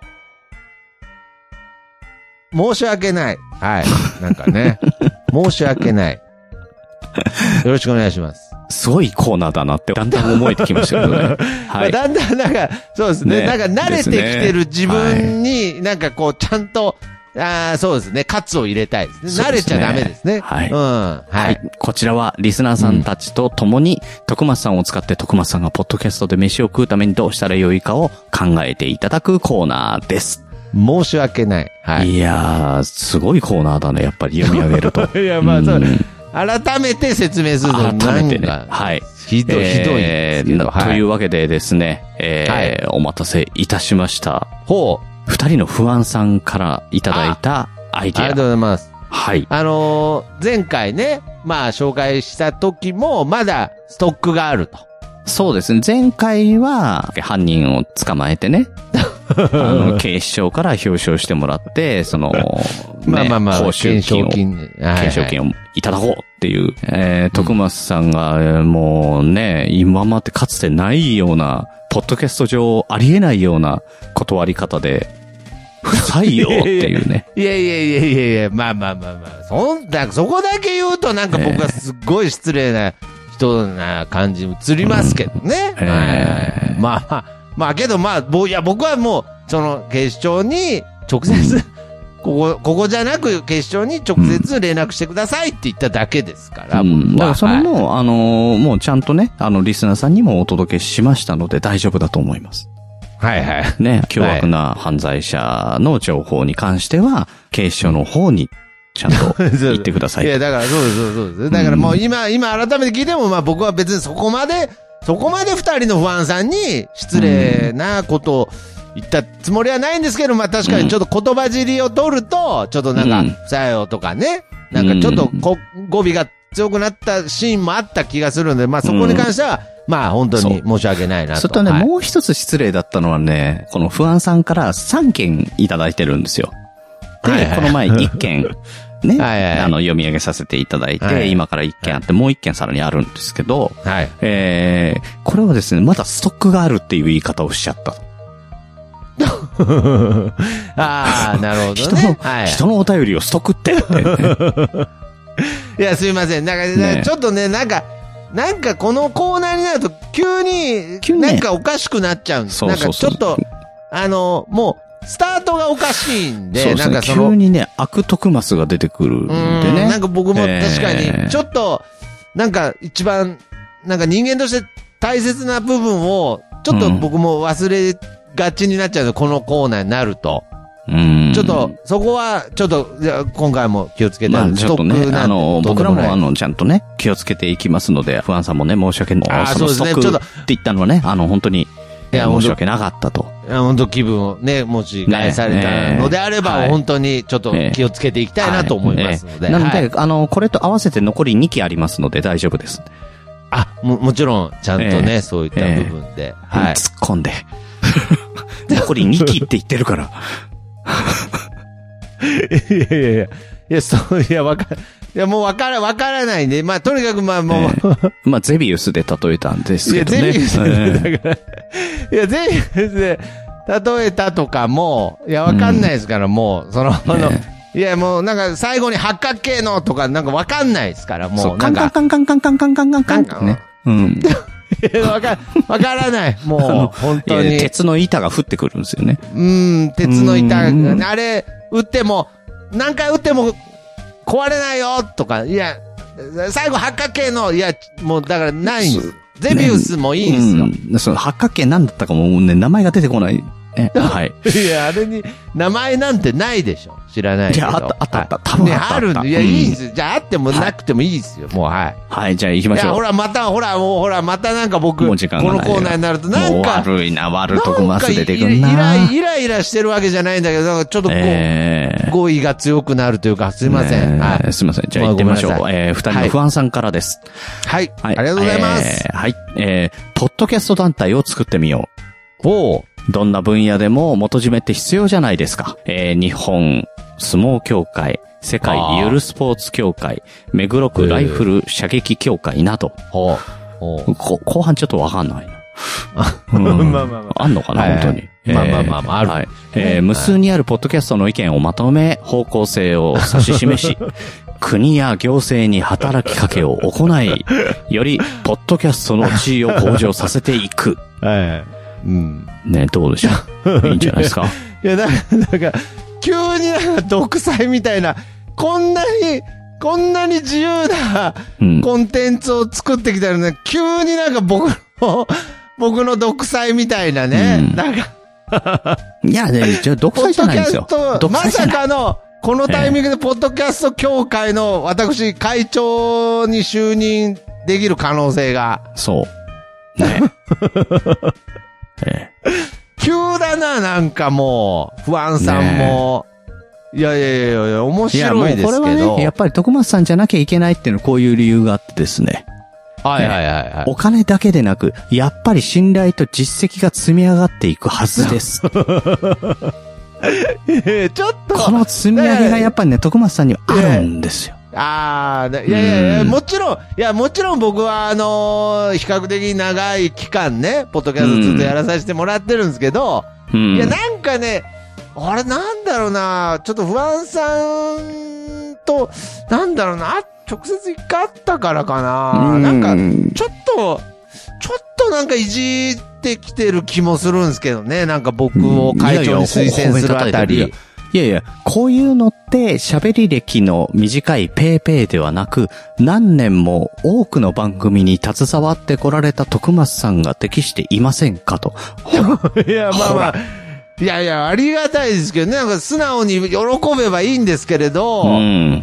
申し訳ない。はい。なんかね。申し訳ない。よろしくお願いします。 すごいコーナーだなって、だんだん思えてきましたけどね。はい。 まあ、だんだんなんか、そうですね。ねなんか慣れてきてる自分に、なんかこう、ちゃんと、ああ、そうですね。カツを入れたいですね。慣れちゃダメですね。 はい。 うん。はい。はい。こちらは、リスナーさんたちと共に、徳松さんを使って徳松さんがポッドキャストで飯を食うためにどうしたらよいかを考えていただくコーナーです。 申し訳ない。はい。 いやー、すごいコーナーだね。やっぱり読み上げると。 いや、まあ、そう。改めて説明するの改めてね。はい。 ひどい、ひどいですけど、 はい。というわけでですね、えーはい、お待たせいたしました。 ほう。 二人の不安さんからいただいたアイディア。 ありがとうございます。 はい。 あのー、前回ね、まあ紹介した時もまだストックがあると。 そうですね。前回は犯人を捕まえてね、あの警視庁から表彰してもらって、その、ね、 まあまあまあ、 報酬金を、懸賞金をいただこうっていう、えー、徳松さんがもうね、今までかつてないような、ポッドキャスト上ありえないような断り方で、不採用っていうね。 いやいやいやいやいや、まあまあまあまあ、そんな、そこだけ言うとなんか僕はすっごい失礼な人な感じ映りますけどね。うんえー、まあまあ、まあけどまあ、ぼいや僕はもう、その警視庁に直接、うん、ここ、ここじゃなく警視庁に直接連絡してくださいって言っただけですから。 うん、だからそれも、はい、あのー、もうちゃんとね、あの、リスナーさんにもお届けしましたので大丈夫だと思います。 はいはい。 ね、凶悪な犯罪者の情報に関しては、警視庁の方にちゃんと言ってください。 いや、だからそうです、そうです。だからもう今、今改めて聞いても、まあ僕は別にそこまで、そこまで二人の不安さんに失礼なことを言ったつもりはないんですけど、まあ確かにちょっと言葉尻を取ると、ちょっとなんか、不採用とかね、なんかちょっとこ語尾が強くなったシーンもあった気がするので、まあそこに関しては、まあ本当に申し訳ないなと。 それとね、はい、もう一つ失礼だったのはね、この不安さんからさんけんいただいてるんですよ。で、はいはい、この前いっけんね、はいはい、あの読み上げさせていただいて、はい、今からいっけんあって、もういっけんさらにあるんですけど、はい、えー、これはですね、まだストックがあるっていう言い方をしちゃった。 ああ、なるほどね。 人の、はい、人のお便りをストックって。 いや、すいません。なんか、ね、ちょっとね、なんか、なんかこのコーナーになると急になんかおかしくなっちゃうんです。なんかちょっと、あの、もうスタートがおかしいんで、 そうですね、 なんかその。急にね、悪徳マスが出てくるんでね。 なんか僕も確かに、ちょっと、なんか一番、なんか人間として大切な部分を、ちょっと僕も忘れがちになっちゃうの、このコーナーになると。うんちょっと、そこは、ちょっと、今回も気をつけて、まあ、 ちょっとね、あの、僕らもあの、ちゃんとね、気をつけていきますので、不安さんもね、申し訳ない。あ、そうですね、ちょっと。って言ったのはね、あの、本当に、いや、申し訳なかったと。 いや、本当気分をね、もし害されたのであれば、ねね、本当にちょっと気をつけていきたいなと思いますので。 はい、なので、はい、あの、これと合わせて残りにきありますので大丈夫です。 あ、も、もちろん、ちゃんとね、えー、そういった部分で。 えー、はい。突っ込んで。残りにきって言ってるから。 いやいやいや、いや、そう、いや、わか、いや、もうわから、わからないんで、まあ、とにかくまあ、もう、えー、 まあ、ゼビウスで例えたんですけどね。 いや、ゼビウスで、だから、いや、ゼビウスで例えたとかも、いや、わかんないですから、うん、もう、その、あの、ね、いや、もう、なんか、最後に八角形のとか、なんかわかんないですから、もう、なんか。 カンカンカンカンカンカンカンカンカンカンね。うん。 わか、わからない。もう、本当に。 鉄の板が降ってくるんですよね。 うん、鉄の板、あれ、打っても、何回打っても壊れないよとか、いや、最後八角形の、いや、もうだからないんです。ゼビウスもいいんですよ。 ねうん、その八角形なんだったかもね、名前が出てこない。ね、はい。 いや、あれに、名前なんてないでしょ。知らないけど。 いや、あった、あった、あった。多分あった。 あるんで、いや、いいんですよ。じゃあ、あってもなくてもいいですよ。もう、はい。 はい、じゃあ行きましょう。いや、 ほら、また、ほら、もう、ほら、またなんか僕、このコーナーになると、なんか、 悪いな、悪とこマス出てくるな。 イライライラしてるわけじゃないんだけど、なんかちょっとこう、語彙が強くなるというか、すいません。はい。 すいません。じゃあ行ってみましょう。えー、二人の不安さんからです。 はい。ありがとうございます。 はい。えー、ポッドキャスト団体を作ってみよう。おう。 どんな分野でも元締めって必要じゃないですか。えー、日本相撲協会、世界ゆるスポーツ協会、目黒区ライフル射撃協会など。こ後半ちょっとわかんないな。うん、まあまあまあ。あんのかな、はいはい、本当に。 まあまあまあまあ、ある。 はい。えー、無数にあるポッドキャストの意見をまとめ、方向性を指し示し、国や行政に働きかけを行い、よりポッドキャストの地位を向上させていく。はい。うん。ね、どうでしょう。いいんじゃないですか。 いや、なんか、なんか、急になんか独裁みたいな、こんなに、こんなに自由なコンテンツを作ってきたのね、うん、急になんか僕の、僕の独裁みたいなね、うん、なんか。 いやね、じゃ独裁じゃないんですよ。 まさかの、このタイミングでポッドキャスト協会の私会長に就任できる可能性が。 そう。ね。ええ、 急だな、なんかもう、不安さんも。ね、いやいやいやいや、面白いですけど。いや、もうこれはね、 やっぱり徳松さんじゃなきゃいけないっていうのはこういう理由があってですね。 はいはいはい、はい。 お金だけでなく、やっぱり信頼と実績が積み上がっていくはずです。ちょっと。 この積み上げがやっぱりね、徳松さんにはあるんですよ。 ああ、いやいやいや、もちろん、いや、もちろん僕は、あのー、比較的長い期間ね、ポッドキャストずっとやらさせてもらってるんですけど、うん、いや、なんかね、あれなんだろうな、ちょっと不安さんと、なんだろうな、直接一回会ったからかな、うん、なんか、ちょっと、ちょっとなんかいじってきてる気もするんですけどね、なんか僕を会長に推薦するあたり。 いやいや、こういうのって喋り歴の短いペーペーではなく、何年も多くの番組に携わってこられた徳松さんが適していませんかと。 いや、まあまあ、いやいや、ありがたいですけどね、なんか素直に喜べばいいんですけれど、うん、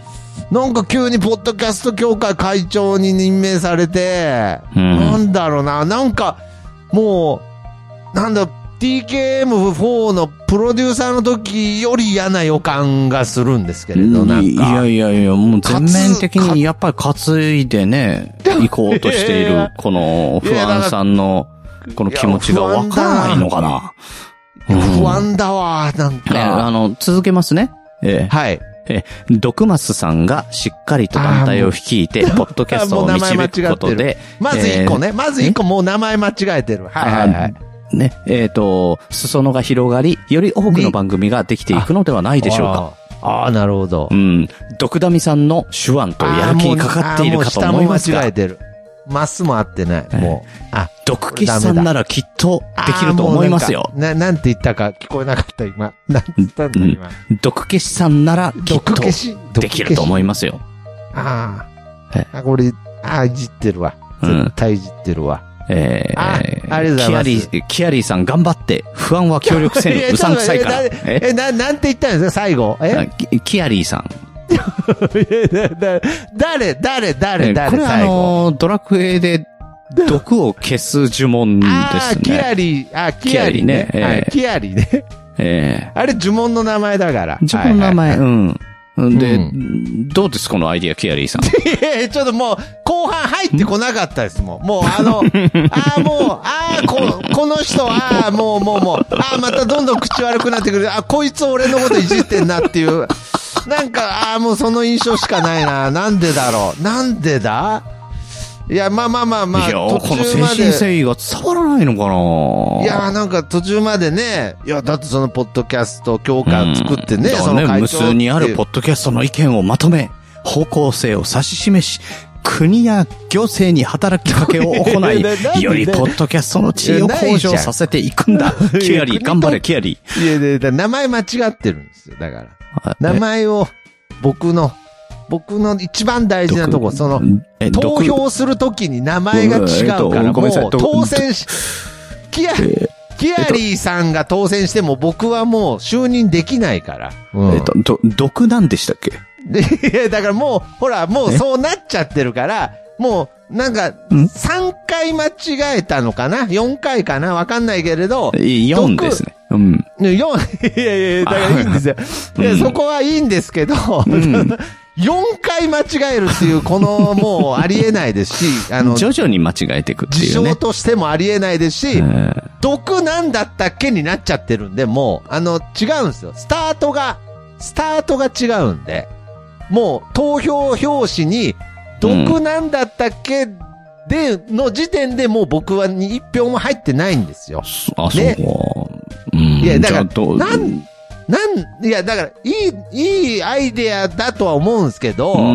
なんか急にポッドキャスト協会会長に任命されて、うん、なんだろうな、なんか、もう、なんだ、ティーケーエムフォー のプロデューサーの時より嫌な予感がするんですけれど、なんか。 いやいやいや、もう全面的にやっぱり担いでね、行こうとしている、この不安さんの、この気持ちがわからないのかな。 不安だわ、なんか。 ね、あの、続けますね。えー、はい。 え、毒松さんがしっかりと団体を率いて、ポッドキャストを導くことで。 まず一個ね、まず一個もう名前間違えてる。はいはいはい。 ね、えっと、裾野が広がり、より多くの番組ができていくのではないでしょうか。 ああ、なるほど。 うん。毒ダミさんの手腕とやる気にかかっているかと思いますが。 もう下も間違えてる。マスも合ってない。もう。 あ、毒消しさんならきっとできると思いますよ。 な、なんて言ったか聞こえなかった今。なんて言ったんだ今。 毒消しさんならきっとできると思いますよ。 ああ。あ、これ、ああ、いじってるわ。絶対いじってるわ。 えー、 あ、ありがとうございます。 キアリー、キアリーさん頑張って、不安は協力せぬ、うさんくさいから。 え、え、な、なんて言ったんですか、最後。えキアリーさん。 誰、誰、誰、誰、 これあの、ドラクエで、毒を消す呪文ですね。 あ、キアリー、あ、キアリーね。はい、キアリーね。 えあれ呪文の名前だから。 呪文の名前、うん。で、うん、どうですこのアイディア、キアリーさん。 いやちょっともう、後半入ってこなかったですもん。もう、あの、ああ、もう、ああ、こ、この人、ああ、もう、もう、もう、ああ、またどんどん口悪くなってくる。あ、こいつ俺のこといじってんなっていう。なんか、ああ、もうその印象しかないな。なんでだろう。なんでだいや、まあまあまあまあ、 いや、この精神誠意が伝わらないのかな。 いや、なんか途中までね、いや、だってそのポッドキャスト協会を作ってね、 うん、 その会長無数にあるポッドキャストの意見をまとめ、方向性を指し示し、国や行政に働きかけを行い、よりポッドキャストの地位を向上させていくんだ。キアリー、頑張れ、キアリー。いやいや、名前間違ってるんですよ、だから。名前を、僕の、僕の一番大事なとこ、その、投票するときに名前が違うから、もう当選し、キア、キアリーさんが当選しても僕はもう就任できないから。 うん、えっと、ど、毒なんでしたっけ？ で、だからもう、ほら、もうそうなっちゃってるから、もう、なんか、さんかい間違えたのかな ?よん 回かなわかんないけれど。 よんですね。うん。 よん、いやいや、だからいいんですよ。うん、いやそこはいいんですけど、うん、よんかい間違えるっていう、この、もうありえないですし、あの、 徐々に間違えていくっていうね。 事象としてもありえないですし、毒なんだったっけになっちゃってるんで、もう、あの、違うんですよ。スタートが、スタートが違うんで、もう、投票表紙に、毒なんだったっけで、の時点でもう僕はに一票も入ってないんですよ。 あ、 ね、 そう。 うん、いや、だから、なん、なん、いや、だから、いい、いいアイデアだとは思うんですけど、うん。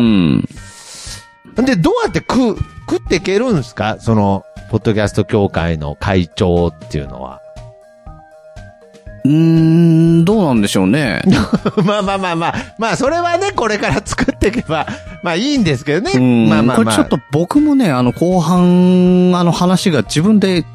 で、どうやって食、食っていけるんですかその、ポッドキャスト協会の会長っていうのは。 うーん、どうなんでしょうね。 まあまあまあまあ、まあそれはね、これから作っていけば、まあいいんですけどね。 うんまあまあまあ。 これちょっと僕もね、あの後半、あの話が自分で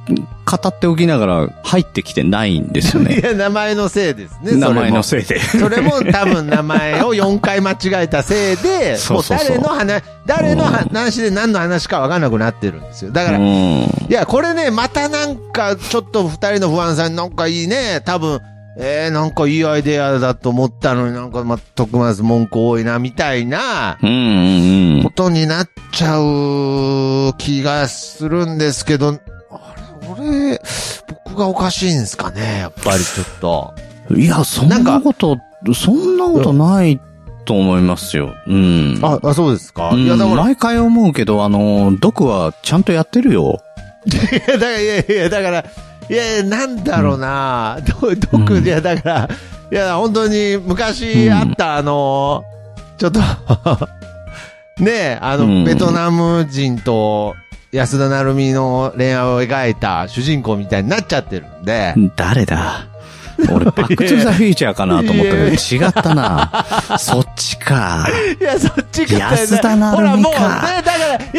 語っておきながら入ってきてないんですよね。 いや、名前のせいですね。 名前のせいで。 それも多分名前をよんかい間違えたせいで、 そうそうそうもう誰の話、誰の話で何の話か分かんなくなってるんですよ。だから、いや、これね、またなんか、ちょっと二人の不安さんなんかいいね、多分、えー、なんかいいアイデアだと思ったのになんか、ま、徳松文句多いな、みたいな、ことになっちゃう気がするんですけど、あれ、俺、僕がおかしいんですかね、やっぱりちょっと。 いや、そんなこと、そんなことないと思いますよ。うん。 あ、あそうですか、 うん、いや、だから。毎回思うけど、あの、毒はちゃんとやってるよ。 いや、だから、いやいや、だから、いやいや、なんだろうな、うん、毒、いや、だから、いや、本当に昔あった、うん、あの、ちょっと、ねえ、あの、うん、ベトナム人と安田成美の恋愛を描いた主人公みたいになっちゃってるんで。 誰だ俺、バックトゥザフューチャーかなと思ったけど、違ったな。そっちか。 いや、そっちか。 安田成美か。ほら、もう、ね、 だから、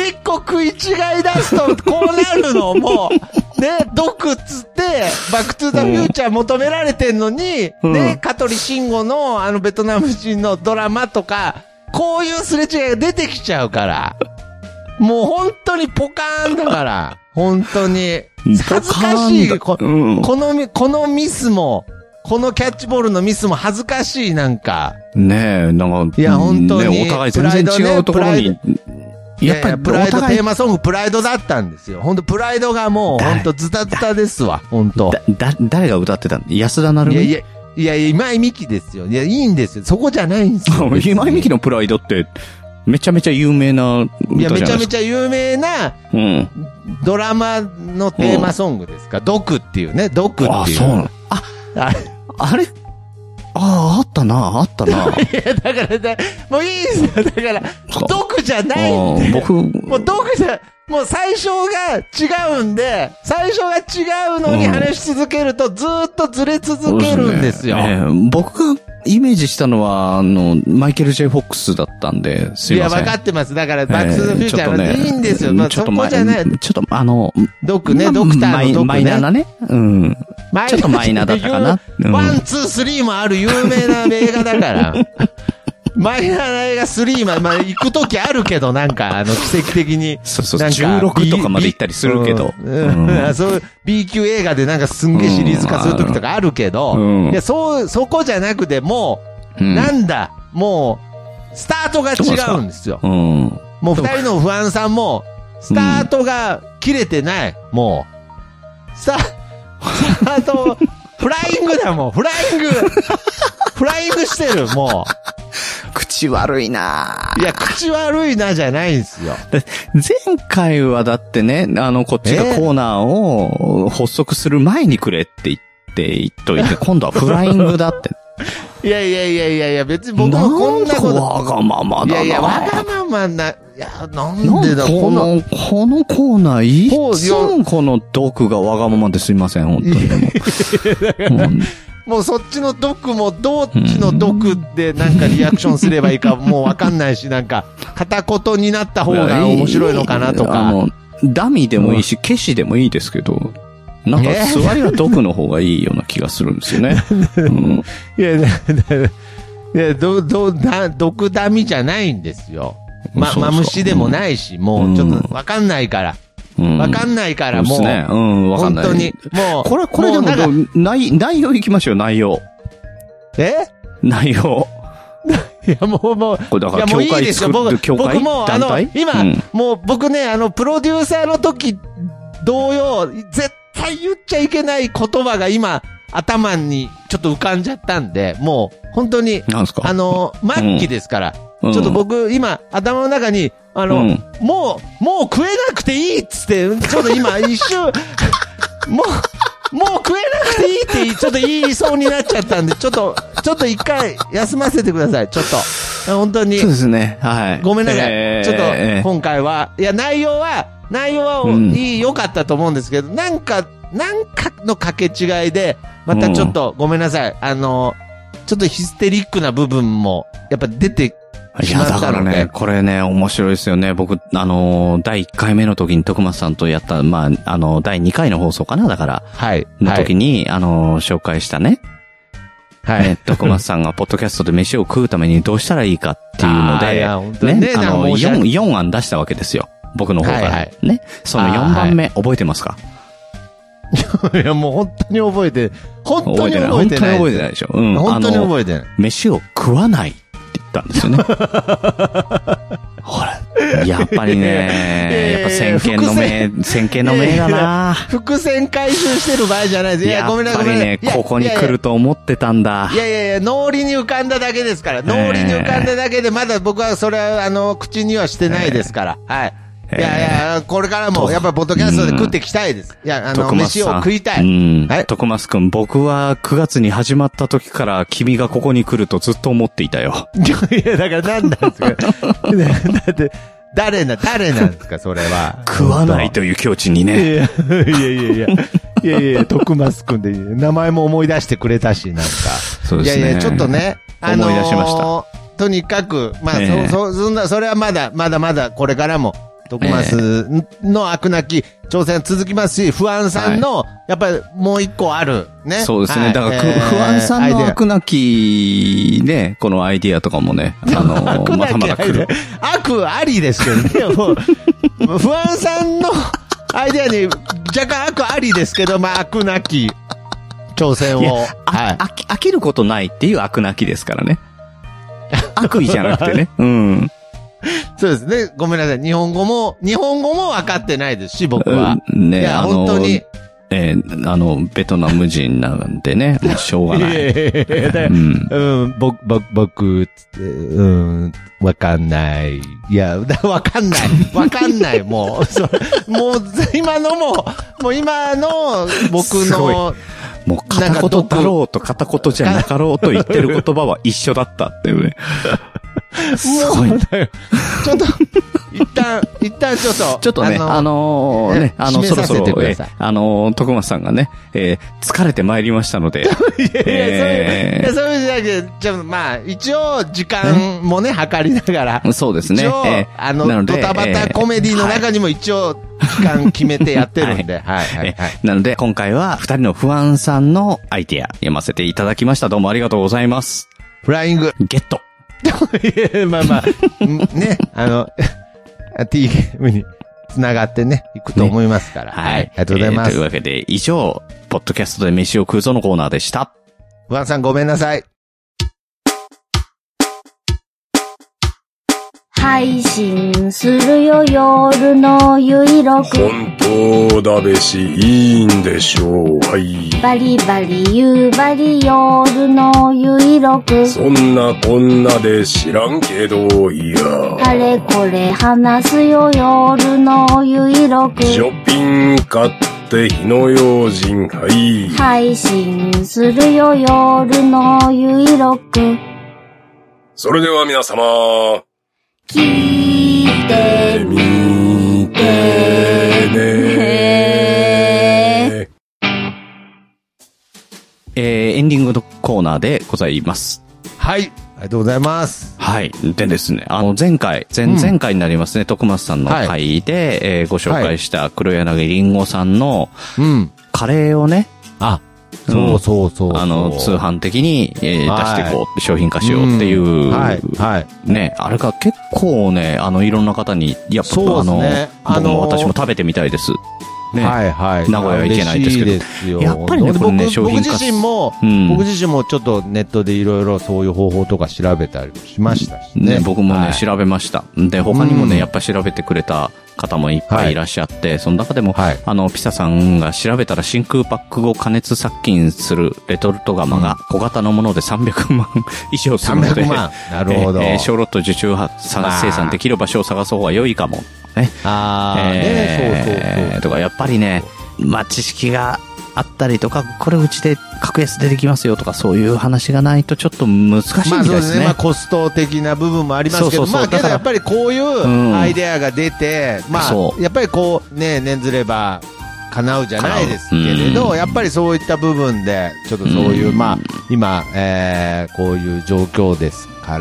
一個食い違い出すと、こうなるの、もう、ね、毒っつって、バックトゥザフューチャー求められてんのに、うん、ね、香取慎吾の、あの、ベトナム人のドラマとか、こういうすれ違いが出てきちゃうから。もう本当にポカーンだから。本当に。恥ずかしい。こ, うん、この、このミスも、このキャッチボールのミスも恥ずかしい、なんか。 ねえ、なんか。 いや、本当に。 ね、お互い全然違うところに。 やっぱりプライド、テーマソングプライドだったんですよ。本当プライドがもう、本当ズタズタですわ、本当。 だ、だ、誰が歌ってたの？安田成美？ いやいや、いやいや、今井美樹ですよ。いや、いいんですよ。そこじゃないんですよ。 今井美樹のプライドって、めちゃめちゃ有名な歌じゃないですか。いや、 めちゃめちゃ有名な、うん。ドラマのテーマソングですか。うん、毒っていうね、毒っていう。あ、 そうなの。あ、あれ、あれああ、あったな、あったな。いや、だからだ、もういいですよ。だから、毒じゃないんで。 僕、 もう毒じゃ、もう最初が違うんで、最初が違うのに話し続けるとずーっとずれ続けるんですよ。 うん、ですね、えー、僕がイメージしたのは、あの、マイケル・ジェイ・フォックスだったんで、すいません。 いや、分かってます。だから、バック・トゥ・ザ・フューチャーは、ね、いいんですよ。まあ、そこじゃない。 ちょっと、あの、 ドクね、ドクターのドクね。 マイナーなね。うん。ちょっとマイナーだったかな。 ワン、ツー、スリーもある有名な映画だから。マイナーな映画スリーまで、まあ、行くときあるけど、なんか、あの、奇跡的に。 そうそう、じゅうろくとかまで行ったりするけど。 うんうん、そう、B 級映画でなんかすんげえシリーズ化するときとかあるけど、うん、いや、そう、そこじゃなくてもう、うん、なんだ、もう、スタートが違うんですよ。うん、もう二人の不安さんも、スタートが切れてない。もう、スタ、スタート、フライングだもん、フライングフライングしてる、もう。 口悪いなぁ。 いや、口悪いなじゃないんですよ。 前回はだってね、あの、こっちがコーナーを発足する前にくれって言って言っといて、今度はフライングだって。 いやいやいやいやいや、別に僕もこんなこと。 わがままだな。 いやいや、わがままな、いや、なんでだ、 この、このコーナー、いつもこの毒がわがままですいません、本当にも。 もうそっちの毒もどっちの毒でなんかリアクションすればいいかもうわかんないし、なんか片言になった方が面白いのかなとか。あの、 ダミーでもいいし、消しでもいいですけど、なんか座りは毒の方がいいような気がするんですよね。うん、 いや、いや、ど、ど、だ、毒ダミじゃないんですよ。ま、マムシでもないし、もうちょっとわかんないから。わかんないから、もう。 ね。うん、わかんない。 本当に。もう。 これ、これでも、内、内容いきましょう、内容。 え内容。 いや、もう、もう。 これだから、教会作る、教会僕も、あの、今、うん、もう僕ね、あの、プロデューサーの時、同様、絶対言っちゃいけない言葉が今、頭にちょっと浮かんじゃったんで、もう、本当に、 なんすか？ あの、末期ですから、うん、ちょっと僕、今、頭の中に、あの、うん、もう、もう食えなくていいっつって、ちょっと今一瞬、もう、もう食えなくていいって、ちょっと言いそうになっちゃったんで、ちょっと、ちょっと一回休ませてください、ちょっと。本当に。 そうですね、はい。 ごめんなさい。えー、ちょっと、今回は、いや、内容は、内容は、うん、いい、良かったと思うんですけど、なんか、なんかの掛け違いで、またちょっと、ごめんなさい。あの、ちょっとヒステリックな部分も、やっぱ出てしまったので。 いや、だからね、これね、面白いですよね。僕、あの、だいいっかいめの時に徳松さんとやった、まあ、あの、だいにかいの放送かなだから。 はい。 の時に、はい、あの、紹介したね。 はい。 ね、徳松さんがポッドキャストで飯を食うためにどうしたらいいかっていうので、ね、ね、あの、よん、よん案出したわけですよ。僕の方から。はいはい、ね。そのよんばんめ、覚えてますか？ いや、もう本当に覚えて、本当に覚えてない。 本当に覚えてないでしょ。うん。 本当に覚えてない。 飯を食わないって言ったんですよね。ほら。やっぱりね、やっぱ先見の明、先見の明だな。 伏線回収してる場合じゃないです。いや、ごめんなさい。 やっぱりね、ここに来ると思ってたんだ。 いやいやいや、脳裏に浮かんだだけですから。脳裏に浮かんだだけで、まだ僕はそれは、あの、口にはしてないですから。はい。いやいや、これからも、やっぱ、ポッドキャストで食っていきたいです。いや、あの、飯を食いたい。 うん。はい。徳松くん、僕はくがつに始まった時から、君がここに来るとずっと思っていたよ。 いや、だから何なんですか。だって、誰な、誰なんですか、それは。 食わないという境地にね。 いやいやいやいや。いやいや、徳松くんで、名前も思い出してくれたし、なんか。 そうですね。 いやいや、ちょっとね、 あのー、思い出しました。 とにかく、まあ、えー、そ、そ、そんな、それはまだ、まだまだ、これからも、徳松の飽くなき挑戦続きますし、不安さんの、やっぱりもう一個ある。ね。 そうですね。だから、不安さんの飽くなき、ね、このアイディアとかもね、あの、まだまだ来る。 悪ありですけどね。もう、不安さんのアイディアに若干悪ありですけど、まあ、飽くなき挑戦を。はい。 飽きることないっていう飽くなきですからね。悪意じゃなくてね。うん。 そうですね。ごめんなさい。日本語も、日本語も分かってないですし、僕は。 ね、 いや、本当に。 えー、あの、ベトナム人なんでね、もうしょうがない。 うん、うん、僕、僕、僕、うん、わかんない。いや、わかんない。わかんない。もう、そもう、今のも、もう今の僕の、 もう片言だろうと片言じゃなかろうと言ってる言葉は一緒だったっていうね。すごい。 だよ。ちょっと、一旦、一旦ちょっと。 ちょっとね、あのー、ね、あの、そろそろ、えー、あのー、徳松さんがね、えー、疲れてまいりましたので。いやいや、 えー、そういう、そういうじゃなくて、じゃまあ、一応、時間もね、測りながら。 そうですね。 一応、えー、あの、ドタバタコメディの中にも一応、時間決めてやってるんで。はい、はい、はい。 なので、今回は、二人の不安さんのアイディア、読ませていただきました。どうもありがとうございます。 フライング。 ゲット。 まあまあ、ね、あの、ティーゲームに繋がってね、いくと思いますから。ね、はい。ありがとうございます。 えー、というわけで、以上、ポッドキャストで飯を食うぞのコーナーでした。 不安さんごめんなさい。 配信するよ夜のゆいろく。 本当だべしいいんでしょう。はい。 バリバリ夕張夜のゆいろく。 そんなこんなで知らんけどいや。 あれこれ話すよ夜のゆいろく。 ショッピング買って火の用心。はい。 配信するよ夜のゆいろく。 それでは皆様。 聞いてみてね。 えー、エンディングのコーナーでございます。 はい。ありがとうございます。 はい。でですね、あの、前回、前々回になりますね、うん、徳松さんの回で、はい、えー、ご紹介した黒柳りんごさんの、うん。カレーをね、 あ、そうそうそう。 あの、通販的に、えー、出していこうって、商品化しようっていう、はい。はい。ね、あれが結構ね、あの、いろんな方に、やっぱ、あの、僕も私も食べてみたいです。ね。はいはい。名古屋行けないですけど。ですよ。やっぱりね、これね、商品化。 僕自身も、うん、僕自身もちょっとネットでいろいろそういう方法とか調べたりしましたしね。 ね、僕もね、はい、調べました。で、他にもね、やっぱ調べてくれた方もいっぱいいらっしゃって、はい、その中でも、はい、あの、ピサさんが調べたら真空パック後加熱殺菌するレトルト釜が小型のものでさんびゃくまん以上するので、さんびゃくまん。 なるほど。 えー、小ロット受注生産できる場所を探す方が良いかも。ね。 ああ、えー、ね、そうそうそう。 とか、やっぱりね、まあ、知識があったりとか、これうちで格安でできますよとか、そういう話がないとちょっと難しいみたいですね。まあそうですね。まあコスト的な部分もありますけど、そうそうそう、まあけどやっぱりこういうアイデアが出て、うん、まあ、やっぱりこうね、念ずれば、 叶うじゃないですけれど、やっぱりそういった部分で、ちょっとそういう、まあ、今、えー、こういう状況ですから、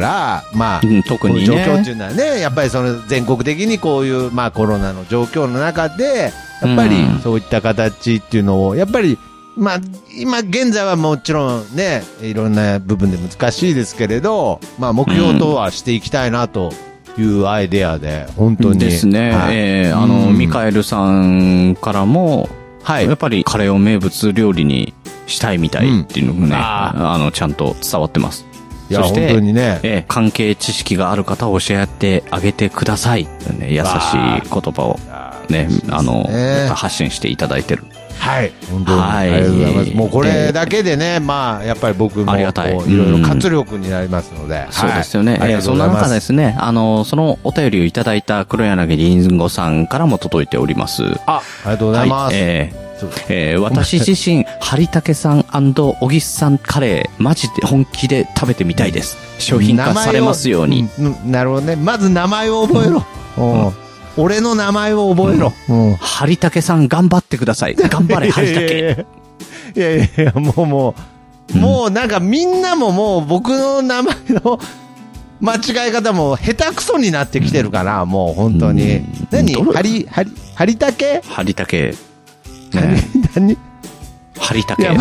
まあ、 特にね。 こういう状況っていうのはね、やっぱりその全国的にこういう、まあコロナの状況の中で、やっぱりそういった形っていうのを、やっぱり、まあ、今現在はもちろんね、いろんな部分で難しいですけれど、まあ目標とはしていきたいなというアイデアで、本当に。 ですね。はい、えー、あの、うん、ミカエルさんからも、はい。やっぱりカレーを名物料理にしたいみたいっていうのもね、うん、あ, あの、ちゃんと伝わってます。 いや、そして本当にね、 えー、関係知識がある方を教えてあげてください。ね、優しい言葉をね、あの、発信していただいてる。 はい。本当に。はい。ありがとうございます。もうこれだけでね、えー、まあ、やっぱり僕も、いろいろ活力になりますので。 うん、そうですよね。はい、えー、そんな中ですね、あの、そのお便りをいただいた黒柳りんごさんからも届いております。 あ、ありがとうございます。はい、えーえー、私自身、ハリタケさん&小木さんカレー、マジで本気で食べてみたいです。商品化されますように。 うん、なるほどね。まず名前を覚えろ。うんうん、俺の名前を覚えろ。 うん、ハリタケさん頑張ってください。頑張れ、ハリタケ。 いやいやいや、もうもう、うん、もうなんかみんなももう僕の名前の間違い方も下手くそになってきてるから、もう本当に。うん、何ハリ、ハリ、ハリタケハリタケ。 ね、何ハリタケ。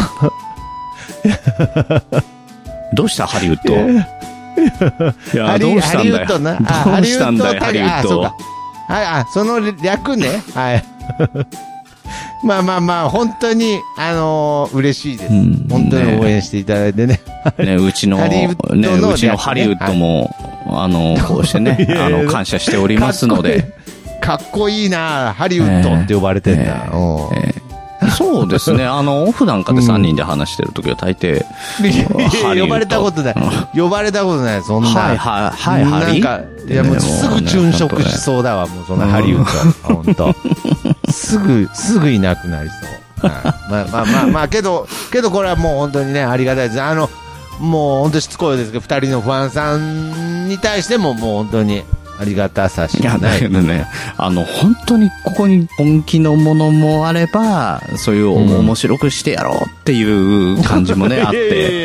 どうしたハリウッド。いや、どうしたんだよ。ハリウッドな。どうしたんだよ、ハリウッド。 はい、あ、その略ね。はい。まあまあまあ、本当に、あのー、嬉しいです。本当に応援していただいてね。 ね、うちの、ね、うちのハリウッドも、あの、こうしてね、あの、感謝しておりますので。 かっこいいな、ハリウッドって呼ばれてんだ。えーえーそうですね。あの、オフなんかでさんにんで話してるときは大抵、 うん、呼ばれたことない。呼ばれたことない、そんな。 はい、はい、はい、ハリなんか、いやもうすぐ殉職しそうだわ、もうそんなハリウッド。ほんと。すぐ、すぐいなくなりそう。まあまあまあまあ、けど、けどこれはもう本当にね、ありがたいです。あの、もう本当しつこいですけど、二人のファンさんに対してももう本当に、ありがたさしかない。いや、だけどね、あの、本当にここに本気のものもあれば、そういう面白くしてやろうっていう感じもね、あって。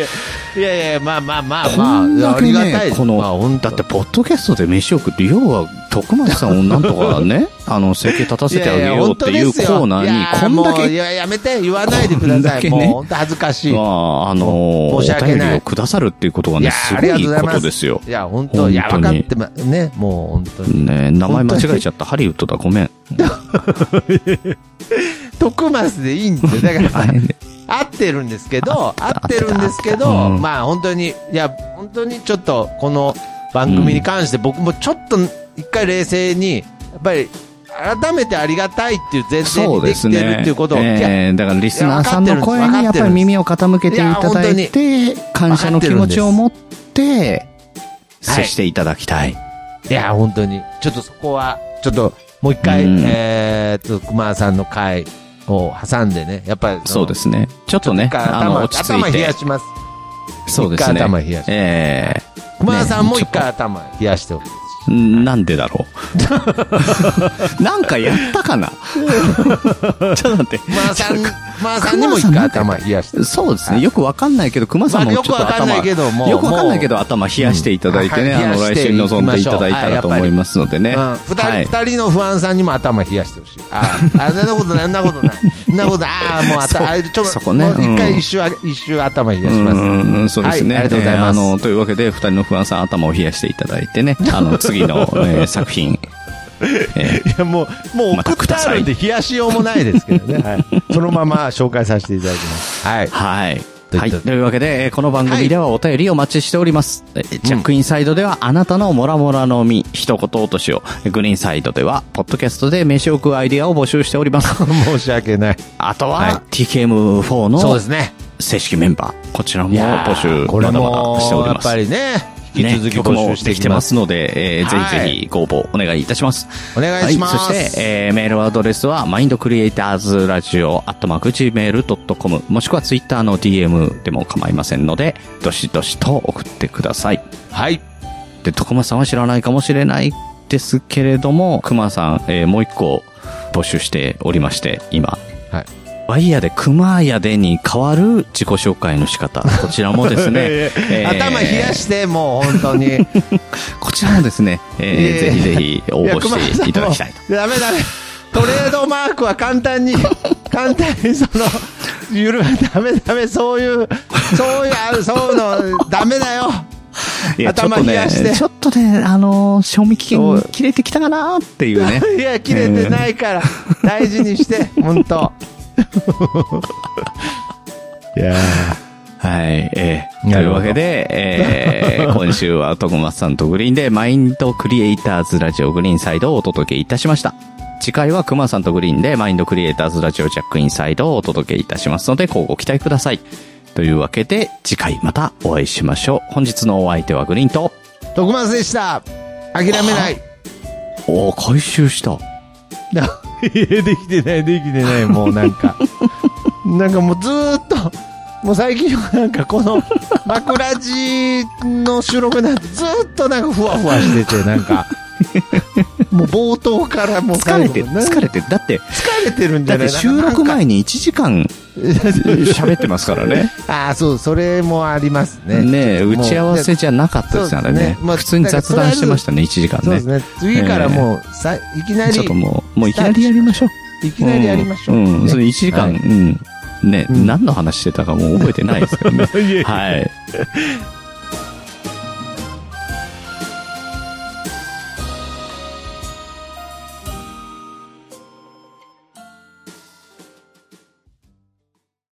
いやいや、まあまあまあまあ、 ね、ありがたい。この、まあ、だって、ポッドキャストで飯を食って、要は、徳松さんをなんとかね、あの、生計立たせてあげようっていうコーナーに、こんだけ。 いや、やめて、言わないでください。もう、本当恥ずかしい。 まあ、あの、申し訳ない。お便りをくださるっていうことがね、すごいことですよ。 いや、本当いや、分かってま、ね、もう本当に。 ね、名前間違えちゃった。ハリウッドだ、ごめん。 徳松でいいんですよ。だから、合ってるんですけど、合ってるんですけど、まあ本当に、いや、本当にちょっと、この番組に関して僕もちょっと一回冷静に、やっぱり、改めてありがたいっていう前提にできてるっていうことを、 ねえー、だからリスナーさんの声にやっぱり耳を傾けていただいて、感謝の気持ちを持って、接していただきたい。 はい、いや、本当に、ちょっとそこは、ちょっと、もう一回、うん、えー、っと、熊さんの回を挟んでね、やっぱり。 そうですね。ちょっとね、あの、落ち着いて。 頭冷やします。 そうですね。 一回頭冷やします。ええー。熊さんも一回頭冷やしておく。 なんでだろう。なんかやったかな。ちょっと待って。 熊さん、熊さんにも一回頭冷やして。 そうですね。よくわかんないけど、熊さんもちょっと頭、よくわかんないけども、よくわかんないけど頭冷やしていただいてね、あの、来週に臨んでいただいたらと思いますのでね。 二人、二人の不安さんにも頭冷やしてほしい。ああ、そんなことない、そんなことない。そんなこと、ああ、もう頭、ちょっと、そこね。一回一周、一周頭冷やします。 うん、そうですね。ありがとうございます。あの、というわけで、二人の不安さん頭を冷やしていただいてね、あの、次の、えー、作品。 えー、いやもう、もう送ってあるんで冷やしようもないですけどね。はい、そのまま紹介させていただきます。はい。 はい。はい。というわけで、この番組ではお便りをお待ちしております。はい、ジャックインサイドではあなたのモラモラの実、一言落としを。グリーンサイドでは、ポッドキャストで飯を食うアイディアを募集しております。 申し訳ない。 あとは、はい、ティーケーエムフォー の、そうですね。正式メンバー。こちらも募集、まだまだしております。 やっぱりね。引き続き募集してきてますので、えーはい、ぜひぜひご応募お願いいたします。 お願いします。 はい、そして、えー、メールアドレスは、マインドクリエイターズラジオアットマークジーメールドットコム、もしくはツイッターの ディーエム でも構いませんので、どしどしと送ってください。 はい。 で、徳間さんは知らないかもしれないですけれども、熊さん、えー、もう一個募集しておりまして、今。 はい。 ワイヤで熊やでに変わる自己紹介の仕方。こちらもですね。 えー、頭冷やして、もう本当に。 こちらもですね、えーえー、ぜひぜひ応募していただきたいと。 ダメダメ。トレードマークは簡単に、簡単にその、ゆる、ダメダメ、そういう、そういう、そういうの、ダメだよ。 いや頭冷やして。ちょっとね、あのー、賞味期限切れてきたかなっていうね。 いや、切れてないから、大事にして、本当。いやはい、えー、というわけで、えー、今週は徳松さんとグリーンでマインドクリエイターズラジオグリーンサイドをお届けいたしました。次回は熊さんとグリーンでマインドクリエイターズラジオジャックインサイドをお届けいたしますので、ご期待ください。というわけで、次回またお会いしましょう。本日のお相手はグリーンと徳松でした。諦めない。 おー、回収した。 いや、できてない、できてない、もうなんか。なんかもうずーっと、もう最近はなんかこの、枕地の収録なんてずーっとなんかふわふわしてて、なんか、もう冒頭からもう疲れてる、疲れてる。だって、 疲れてるんじゃない？ だって収録前にいちじかん喋ってますからね。 ああ、そう、それもありますね。 ねえ、打ち合わせじゃなかったですからね。まあ、普通に雑談してましたね、いちじかんね。 そうですね。次からもう、さ、いきなり。 ちょっともう、もういきなりやりましょう。 いきなりやりましょう。 うん、それいちじかん、うん。ね、何の話してたかもう覚えてないですけどね。はい。